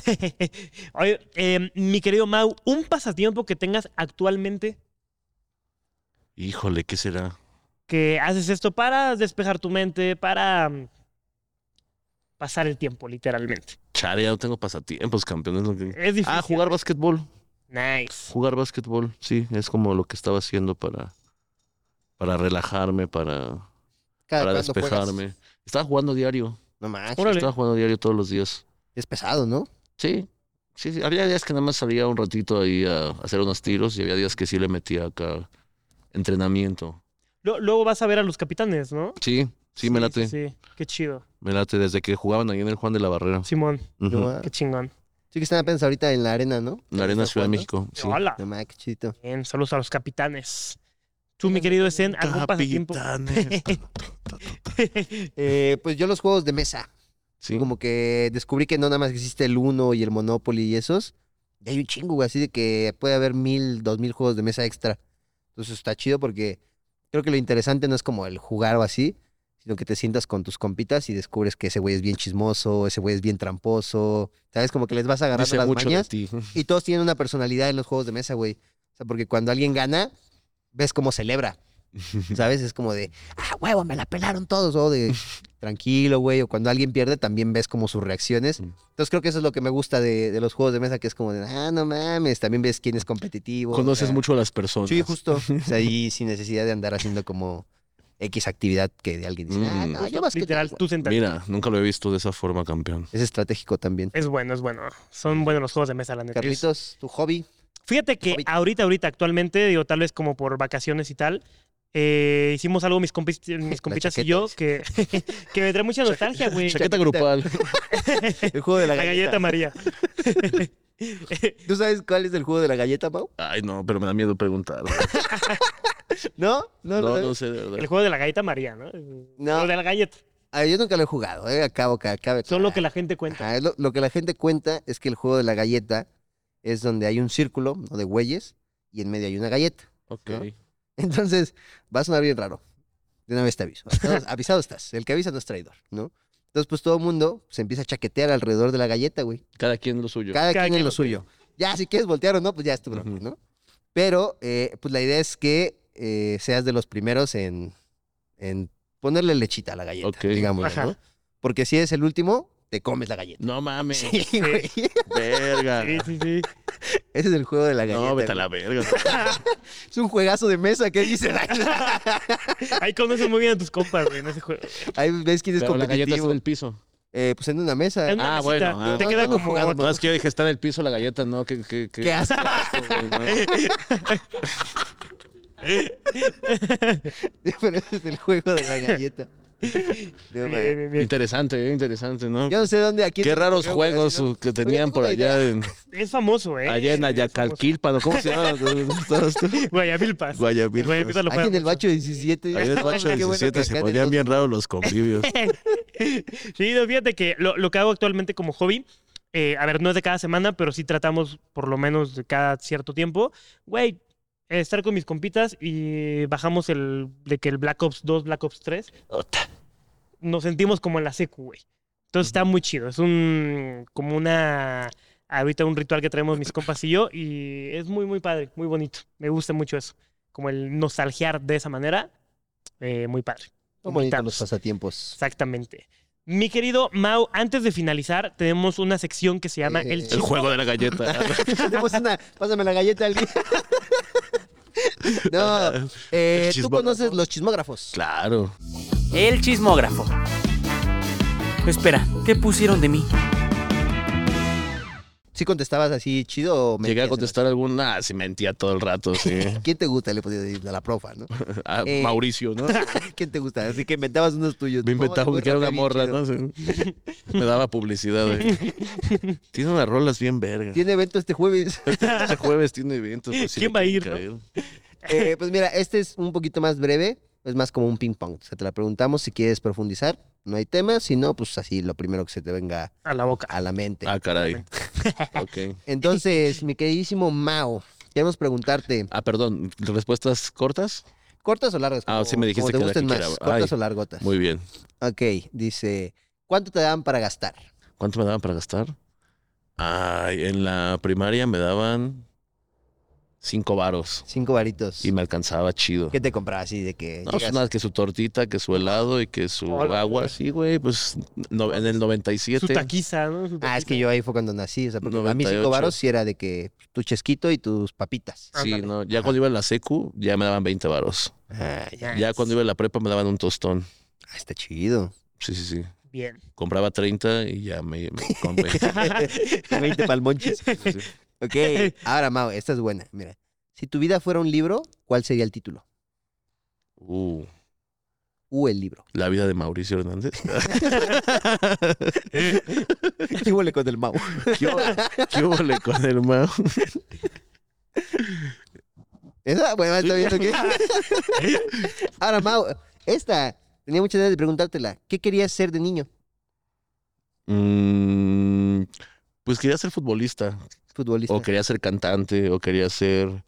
Oye, mi querido Mau, un pasatiempo que tengas actualmente Híjole, ¿qué será? que haces esto para despejar tu mente, para pasar el tiempo, literalmente. Chale, ya no tengo pasatiempos, campeones. Es difícil. Jugar básquetbol. Nice. Jugar básquetbol, sí. Es como lo que estaba haciendo para relajarme, para Cada cuándo despejarme. juegas. Estaba jugando diario. No manches. Órale. Estaba jugando diario todos los días. Es pesado, ¿no? Sí. Sí. Había días que nada más salía un ratito ahí a hacer unos tiros y había días que sí le metía acá entrenamiento. Luego vas a ver a los capitanes, ¿no? Sí, me late. Sí, qué chido. Me late desde que jugaban ahí en el Juan de la Barrera. Simón, Ujú. No, qué chingón. sí que están apenas ahorita en la arena, ¿no? En la Arena ¿Están Ciudad de jugando? México. Sí. Hola. No mames, qué chidito. Bien, saludos a los capitanes. Tú, mi querido Esen, ¿algún pasatiempo? Capitanes. Pues yo los juegos de mesa. Sí. Como que descubrí que no nada más existe el Uno y el Monopoly y esos. Y hay un chingo, güey, así de que puede haber 1000, 2000 juegos de mesa extra. Entonces está chido porque creo que lo interesante no es como el jugar o así, sino que te sientas con tus compitas y descubres que ese güey es bien chismoso, ese güey es bien tramposo. ¿Sabes? Como que les vas agarrando Dice las mucho de mañas. ti. Y todos tienen una personalidad en los juegos de mesa, güey. O sea, porque cuando alguien gana, ves cómo celebra. ¿Sabes? Es como de, huevo, me la pelaron todos. O de, tranquilo, güey. O cuando alguien pierde, también ves como sus reacciones. Entonces creo que eso es lo que me gusta de los juegos de mesa, que es como de, no mames. También ves quién es competitivo. Conoces o sea, mucho a las personas. Sí, justo. O sea, y sin necesidad de andar haciendo como X actividad que de alguien dice, no, yo más que Literal, tú, tú sentado. Mira, nunca lo he visto de esa forma, campeón. Es estratégico también. Es bueno, es bueno. Son buenos los juegos de mesa, la neta. Carlitos, tu hobby. Fíjate que ahorita, actualmente, digo, tal vez como por vacaciones y tal, hicimos algo mis compitas y yo que, que me trae mucha nostalgia, güey. Chaqueta grupal. El juego de la La galleta. galleta María. ¿Tú sabes cuál es el juego de la galleta, Pau? Ay, no, pero me da miedo preguntar. ¿No? No sé, de verdad. El juego de la galleta María, ¿no? No. O de la galleta. Yo nunca lo he jugado, acabo que acabe. Son lo que la gente cuenta. Ajá, lo que la gente cuenta es que el juego de la galleta es donde hay un círculo, ¿no?, de güeyes y en medio hay una galleta. Ok. ¿no? Entonces, va a sonar bien raro. De una vez te aviso. Avisado estás. El que avisa no es traidor, ¿no? Entonces, pues todo el mundo se empieza a chaquetear alrededor de la galleta, güey. Cada quien lo suyo. Cada quien en quien lo lo suyo. Ya, si quieres voltear o no, pues ya es tu bronca, Ujú. ¿no? Pero, pues la idea es que seas de los primeros en ponerle lechita a la galleta, Ok. digamos, Ajá. ¿no? Porque si eres el último, te comes la galleta. No mames. Sí, güey. Verga. Sí. Ese es el juego de la galleta. No, vete a güey. la verga. Es un juegazo de mesa, ¿qué dices? Ahí conoces muy bien a tus compas, güey, en ese juego. Ahí ves quién es Pero la galleta está competitivo. en el piso. Pues en una mesa. En una Ah, mesita, bueno, te no, queda no, como... jugado, No, es que yo dije, está en el piso la galleta, ¿no? ¿Qué haces? Pero ese es el juego de la galleta. No, man. Bien. Interesante, ¿no? Yo no sé dónde aquí. Qué raros juegos que tenían por allá en Es famoso, ¿eh? allá en Ayacalquilpa, ¿no? ¿Cómo se llama? ¿Dónde estabas tú? Guayabilpas. Guayabilpas. Guayabilpas lo Aquí juega en el mucho. Bacho 17. Ahí en el Bacho Qué bueno 17 que se acá en ponían el- bien raros los convivios. Sí, no, fíjate que lo que hago actualmente como hobby, a ver, no es de cada semana, pero sí tratamos por lo menos de cada cierto tiempo, güey, estar con mis compitas y bajamos de que el Black Ops 2, Black Ops 3, nos sentimos como en la secu, güey. Entonces está muy chido, es ahorita un ritual que traemos mis compas y yo, y es muy, muy padre, muy bonito. Me gusta mucho eso, como el nostalgiar de esa manera, muy padre. Son bonitos los Invitamos. pasatiempos. Exactamente. Mi querido Mau, antes de finalizar, tenemos una sección que se llama El El Chismo. juego de la galleta. Tenemos pásame la galleta al día. No, tú Chismógrafo. conoces los chismógrafos. Claro. El chismógrafo. Espera, ¿qué pusieron de mí? ¿Sí contestabas así chido o Llegué mentías a contestar alguna, sí mentía todo el rato, sí. ¿Quién te gusta? Le podía decir a la profa, ¿no? Ah, Mauricio, ¿no? ¿Quién te gusta? Así que inventabas unos tuyos. Me ¿Cómo inventaba te que era una gusta? morra, Bien ¿no? Sí. Me daba publicidad. Tiene unas rolas bien vergas. Tiene evento este jueves. Este jueves tiene eventos. pues, sí ¿Quién le va a quieren ir, no? caer. Pues mira, este es un poquito más breve. Es más como un ping pong. O sea, te la preguntamos si quieres profundizar. No hay tema. Si no, pues así lo primero que se te venga A la boca. a la mente. Ah, caray. Ok. Entonces, mi queridísimo Mao, queremos preguntarte, Ah, perdón. ¿Respuestas cortas? ¿cortas o largas? Ah, sí me dijiste como te que la gusten que más, quiera. ¿cortas Ay. o largotas? Muy bien. Ok, dice, ¿cuánto te daban para gastar? ¿Cuánto me daban para gastar? Ay, en la primaria me daban 5 varos 5 varitos. y me alcanzaba chido. ¿Qué te comprabas así de que No, llegas? pues nada, que su tortita, que su helado y que su Hola, agua. güey. Sí, güey, pues en el Su 97. taquiza, ¿no? Su Ah, es taquiza. que yo ahí fue cuando nací, o sea, porque a mí 5 98. varos sí era de que tu chesquito y tus papitas. Sí, Ándale. no, ya cuando iba en la secu, ya me daban 20 varos. Ah, ya. Ya cuando iba en la prepa me daban un tostón. Ah, está chido. Sí. Bien. Compraba 30 y ya me compré. 20 palmonches. Ok, ahora Mao, esta es buena. Mira, si tu vida fuera un libro, ¿cuál sería el título? El libro. La vida de Mauricio Hernández. ¿Qué huele con el Mau? ¿Qué huele con el Mau? ¿Esa? Bueno, está bien, ¿ok? Ahora, Mau, tenía muchas ganas de preguntártela. ¿Qué querías ser de niño? Pues quería ser futbolista. Futbolista. O quería ser cantante, o quería ser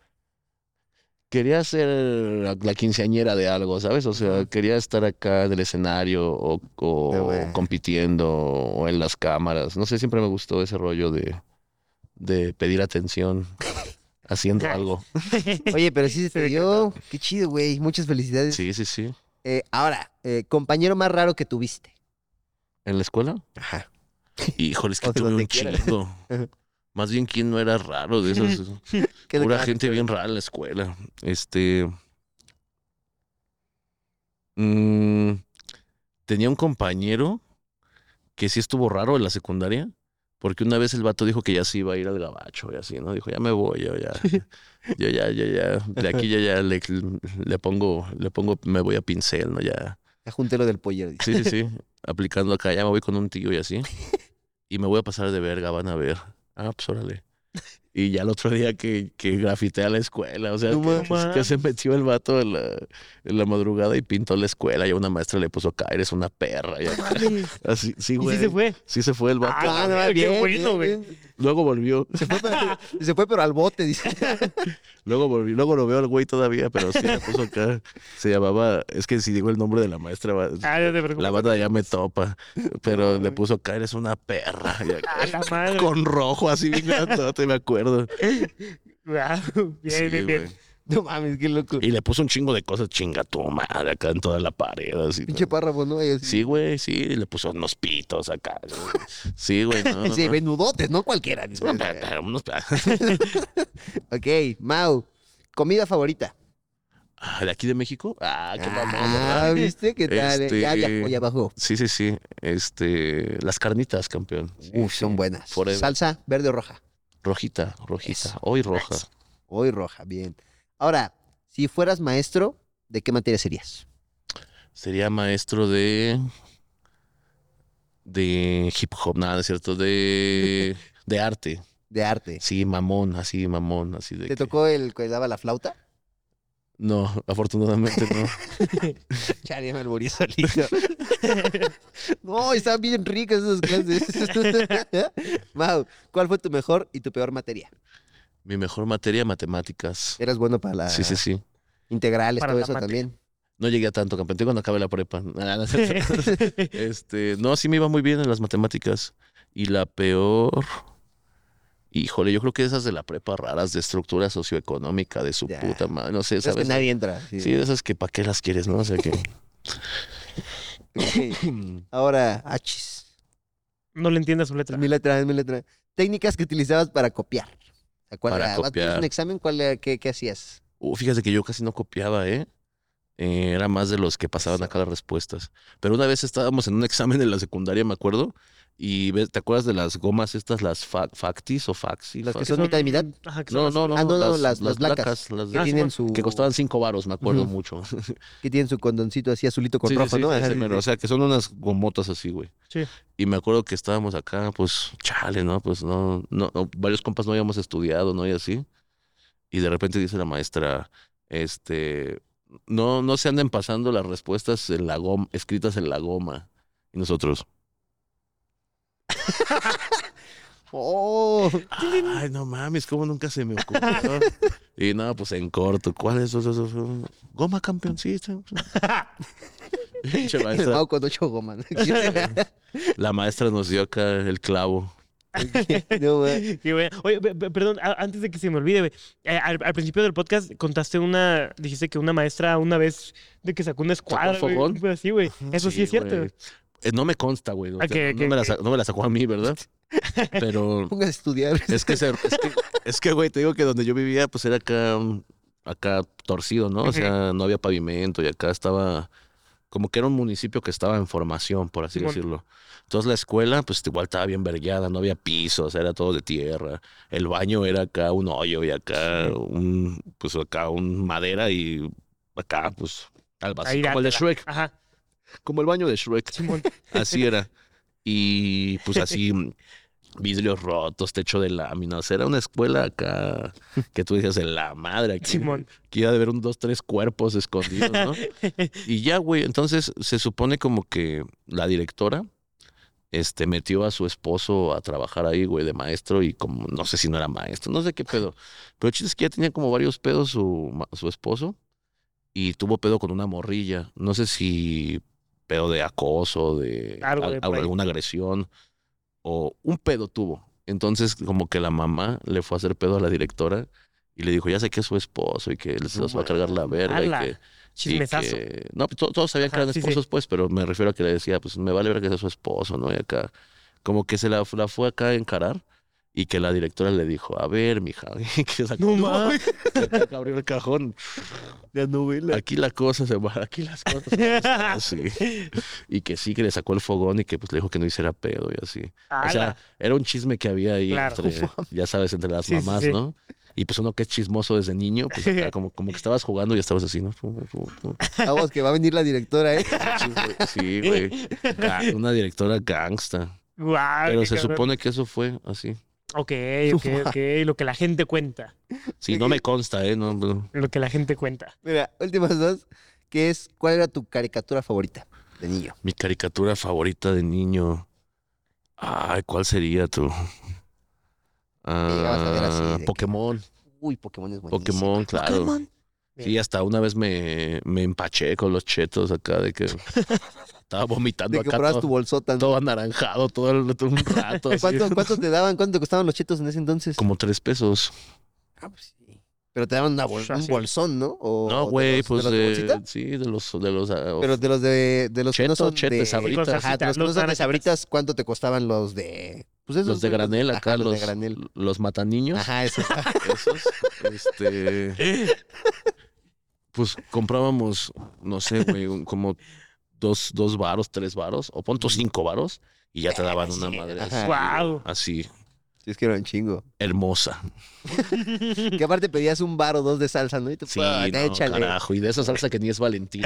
la quinceañera de algo, ¿sabes? O sea, quería estar acá en el escenario o compitiendo o en las cámaras. No sé, siempre me gustó ese rollo de pedir atención haciendo algo. Oye, pero sí se te dio. Qué chido, güey. Muchas felicidades. Sí, sí, sí. Ahora, compañero más raro que tuviste. ¿En la escuela? Ajá. Híjole, es que O de tuve donde un quieras. chingo. Más bien, ¿quién no era raro de esos? ¿Qué es lo Pura que- gente bien rara en la escuela. Tenía un compañero que sí estuvo raro en la secundaria, porque una vez el vato dijo que ya se iba a ir al gabacho y así, ¿no? Dijo, ya me voy, yo ya, de aquí ya le pongo, me voy a pincel, ¿no? Ya. Ya junté lo del pollero. Dice. Sí, aplicando acá, ya me voy con un tío y así. Y me voy a pasar de verga, van a ver. Ah, pues órale. Y ya el otro día que grafité a la escuela, o sea, No que se metió el vato en la madrugada y pintó la escuela y a una maestra le puso acá, eres una perra. Y acá, así, sí, ¿Y güey. sí se fue? Sí se fue el vato. Ah, no, bien bien, bueno, güey. bien. Luego volvió. Se fue, pero al bote, dice. Luego volvió. Luego lo veo al güey todavía, pero sí le puso acá. Se llamaba, es que si digo el nombre de la maestra, No te preocupes. la banda ya me topa. Pero le puso acá, eres una perra. Y acá, A la madre. con rojo, así bien grandote, me acuerdo. Wow, bien, Sí, bien, bien. güey. No mames, qué loco. Y le puso un chingo de cosas, chinga tu madre, acá en toda la pared. Así, Pinche párrafo, ¿no? Ahí así. sí, güey, sí. Le puso unos pitos acá. Sí, güey. No, Sí, no. venudotes, no cualquiera. Dice. Unos- Ok, Mau, comida favorita. ¿De aquí de México? Ah, qué mamón, ¿verdad? Ah, ¿viste? ¿Qué tal? Ya viajó, ya bajó. Sí, sí, sí. Las carnitas, campeón. Sí, Uf, sí. son buenas. Forever. ¿Salsa verde o roja? Rojita. Eso. Hoy roja. Nice. Hoy roja, bien. Ahora, si fueras maestro, ¿de qué materia serías? Sería maestro de hip hop, nada, ¿es cierto? De arte. De arte. Sí, mamón, así de ¿Te que- tocó el que daba la flauta? No, afortunadamente no. Chale, me alburí solito. No, estaban bien ricas esas clases. Mau, ¿cuál fue tu mejor y tu peor materia? Mi mejor materia, matemáticas. Eras bueno para las Sí, sí, sí. integrales, Para todo la eso mate. también. No llegué a tanto, campeón. Tengo cuando acabé la prepa. No, no, sí me iba muy bien en las matemáticas. Y la peor... Híjole, yo creo que esas de la prepa raras de estructura socioeconómica de su Ya. puta madre. No sé, Es que ¿sabes? nadie entra. Sí, de esas que para qué las quieres, ¿no? O sea que... Ok. Ahora, achis. No le entiendes su letra. Es mi letra, es mi letra. Técnicas que utilizabas para copiar. O sea, ¿cuál Para era? ¿Vas a copiar. hacer un examen? ¿Qué hacías? Fíjate que yo casi no copiaba, ¿eh? Era más de los que pasaban acá las respuestas. Pero una vez estábamos en un examen en la secundaria, me acuerdo, y ¿te acuerdas de las gomas estas, las Factis o Faxi? Las que son mitad y mitad. Ajá, que No, son no, Ah, no, no, las las blancas. las Que Ah, tienen Simón. su... que costaban 5 varos, me acuerdo Ujú. mucho. Que tienen su condoncito así azulito con Sí, sí, rojo, sí, ¿no? ese Ajá, mero. O sea, que son unas gomotas así, güey. Sí. Y me acuerdo que estábamos acá, pues, chale, ¿no? Pues no, varios compas no habíamos estudiado, ¿no? Y así. Y de repente dice la maestra, no se anden pasando las respuestas en la goma, escritas en la goma. Y nosotros, Oh, ay, no mames, ¿cómo nunca se me ocurrió? Y no, pues en corto, ¿cuál es eso? Goma campeoncita. Pinche el maestra. Mau con 8 gomas. La maestra nos dio acá el clavo. No, güey. Qué bueno. Oye, perdón, antes de que se me olvide, güey. Al principio del podcast contaste dijiste que una maestra una vez de que sacó una escuadra, güey. fogón? Fue así, güey. Eso sí es cierto. güey. No me consta, güey. O Ah, sea, que- no me la sacó a mí, ¿verdad? Pero Pongas a estudiar. es que, güey, te digo que donde yo vivía, pues era acá torcido, ¿no? O sea, no había pavimento y acá estaba, como que era un municipio que estaba en formación, por así Simón. decirlo. Entonces la escuela, pues igual estaba bien vergueada, no había pisos, era todo de tierra. El baño era acá un hoyo y acá un madera y acá, pues, Al vacío, Ahí como el de dátela. Shrek. Ajá. Como el baño de Shrek. Simón. Así era. Y pues así, vidrios rotos, techo de lámina. O sea, era una escuela acá que tú decías, de la madre. Aquí, Simón. que iba a haber 2, 3 cuerpos escondidos, ¿no? Y ya, güey. Entonces se supone como que la directora metió a su esposo a trabajar ahí, güey, de maestro. Y como, no sé si no era maestro, no sé qué pedo. Pero el chiste es que ya tenía como varios pedos su esposo. Y tuvo pedo con una morrilla. No sé si pedo de acoso, de Algo de por ahí. alguna agresión, o un pedo tuvo. Entonces, como que la mamá le fue a hacer pedo a la directora y le dijo, ya sé que es su esposo y que se los va a cargar la verga. Ala. Y que, Chismesazo. no, pues, todos sabían que Ajá, eran sí, esposos, pues, pero me refiero a que le decía, pues me vale ver que sea su esposo, ¿no? Y acá, como que se la fue acá a encarar. Y que la directora le dijo, a ver, mija, que sacó, No mames. que abrió el cajón. La novela. Aquí la cosa se va, aquí las cosas se van a hacer así. Y que sí, que le sacó el fogón y que pues le dijo que no hiciera pedo y así. O sea, Ala. era un chisme que había ahí Claro. entre, ya sabes, entre las Sí, sí, mamás, sí. ¿no? Y pues uno que es chismoso desde niño, pues acá como que estabas jugando y estabas así, ¿no? Vamos, que va a venir la directora, ¿eh? Sí, güey. Una directora gangsta. Guau, Pero qué se cabrón. supone que eso fue así. Ok. Lo que la gente cuenta. Sí, no me consta, ¿eh? No, no. Lo que la gente cuenta. Mira, últimas dos, que es, ¿cuál era tu caricatura favorita de niño? Mi caricatura favorita de niño. Ay, ¿cuál sería tú? llegabas a ver así de que- Pokémon. Uy, Pokémon es buenísimo. Pokémon, claro. Sí, hasta una vez me empaché con los chetos acá de que estaba vomitando De que acá comprabas tu todo, bolsota. ¿no? todo anaranjado todo un rato. así. ¿Cuánto te daban? ¿Cuánto te costaban los chetos en ese entonces? Como 3 pesos. Ah, pues sí. Pero te daban un Así. bolsón, ¿no? O No, de güey, los- pues ¿de los de bolsita? sí, de los Pero de los de los que no Cheto, son chete, de sabritas. Ajá, de los que no Los son de naranjitas. sabritas, ¿cuánto te costaban los de pues esos, los de güey, granel ajá, acá, los de granel? los mataniños. Ajá, esos. Esos, pues comprábamos, no sé, güey, como 2 varos, 3 varos, o pon tus 5 varos, y ya te daban una madre así, Ajá. Guau. así, Sí, es que era un chingo. hermosa. Que aparte pedías un bar o dos de salsa, ¿no? Y tú, Sí, "Puta, no, échale". carajo, y de esa salsa que ni es Valentina.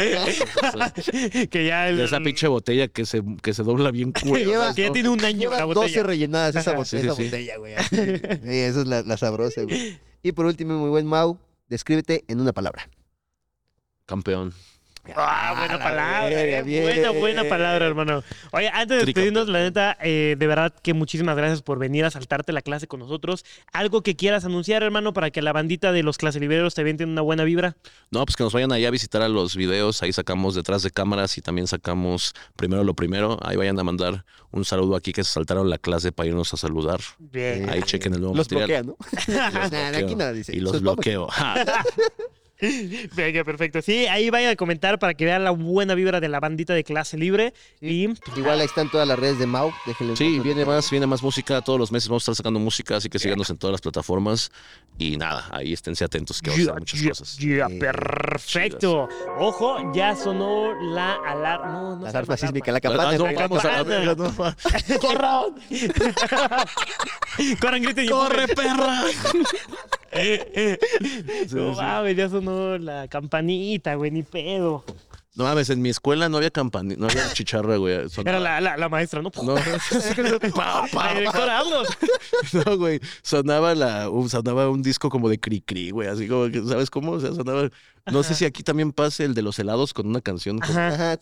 Que ya De esa pinche botella que se dobla bien Lleva- cuero. Que ya tiene un año Lleva la 12 botella. rellenadas esa, Ajá. Sí, esa sí, sí. botella, güey. así. Sí, esa es la sabrosa, güey. Y por último, muy buen Mau, descríbete en una palabra. Campeón. Buena la palabra. verga, bien. Buena palabra, hermano. Oye, antes de despedirnos, la neta, de verdad que muchísimas gracias por venir a saltarte la clase con nosotros. Algo que quieras anunciar, hermano, para que la bandita de los claselibreros te avienten una buena vibra. No, pues que nos vayan allá a visitar a los videos. Ahí sacamos detrás de cámaras y también sacamos primero lo primero. Ahí vayan a mandar un saludo aquí que se saltaron la clase para irnos a saludar. Bien. Ahí chequen el nuevo Los material. bloquea, ¿no? Los Nah, bloqueo. aquí nada dice. Y los Sus bloqueo. Ja. Venga, perfecto. Sí, ahí vayan a comentar para que vean la buena vibra de la bandita de clase libre. Y Igual ahí están todas las redes de Mau. Déjenle Sí, viene más música. Todos los meses vamos a estar sacando música, así que síganos en todas las plataformas. Y nada, ahí esténse atentos que vamos a hacer muchas cosas. Perfecto. Ojo, ya sonó la alarma. No, La sé, alarma sísmica, la Ah, campana. no, la vamos a campana. ¡Corran! Corran, griten y ¡Corre, perra! No mames, ya sonó la campanita, güey, ni pedo. No mames, en mi escuela no había campana, no había chicharra, güey. Era Sonaba- la maestra, ¿no? No, La directora, vámonos. no, güey. Sonaba un disco como de cri-cri, güey. Así como que, ¿sabes cómo? O sea, sonaba. No sé si aquí también pase el de los helados con una canción. como- Ajá. Ajá.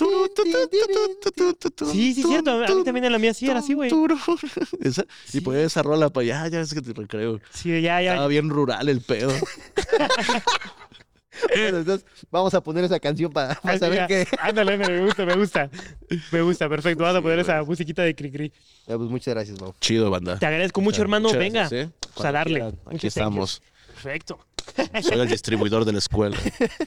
Sí, cierto. A mí también en la mía sí era así, güey. Esa- Y ponía esa rola para allá, ya es que te recreo. Sí, ya. Estaba bien rural el pedo. Bueno, entonces, vamos a poner esa canción para saber que. Ándale, me gusta. Me gusta, perfecto. Vamos a poner esa musiquita de cri-cri. Ya, pues muchas gracias, Mau. Chido, banda. Te agradezco mucho, hermano. Muchas Venga. gracias, ¿eh? Pues a Cuando darle. quieran, Aquí Muchas estamos. Perfecto. Soy el distribuidor de la escuela.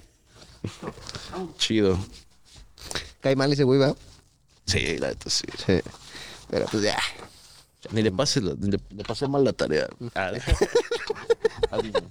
Chido. Cae mal ese güey, ¿va? Sí, la neta sí. Sí. Pero pues ya. Ni le pase mal la tarea. Ah.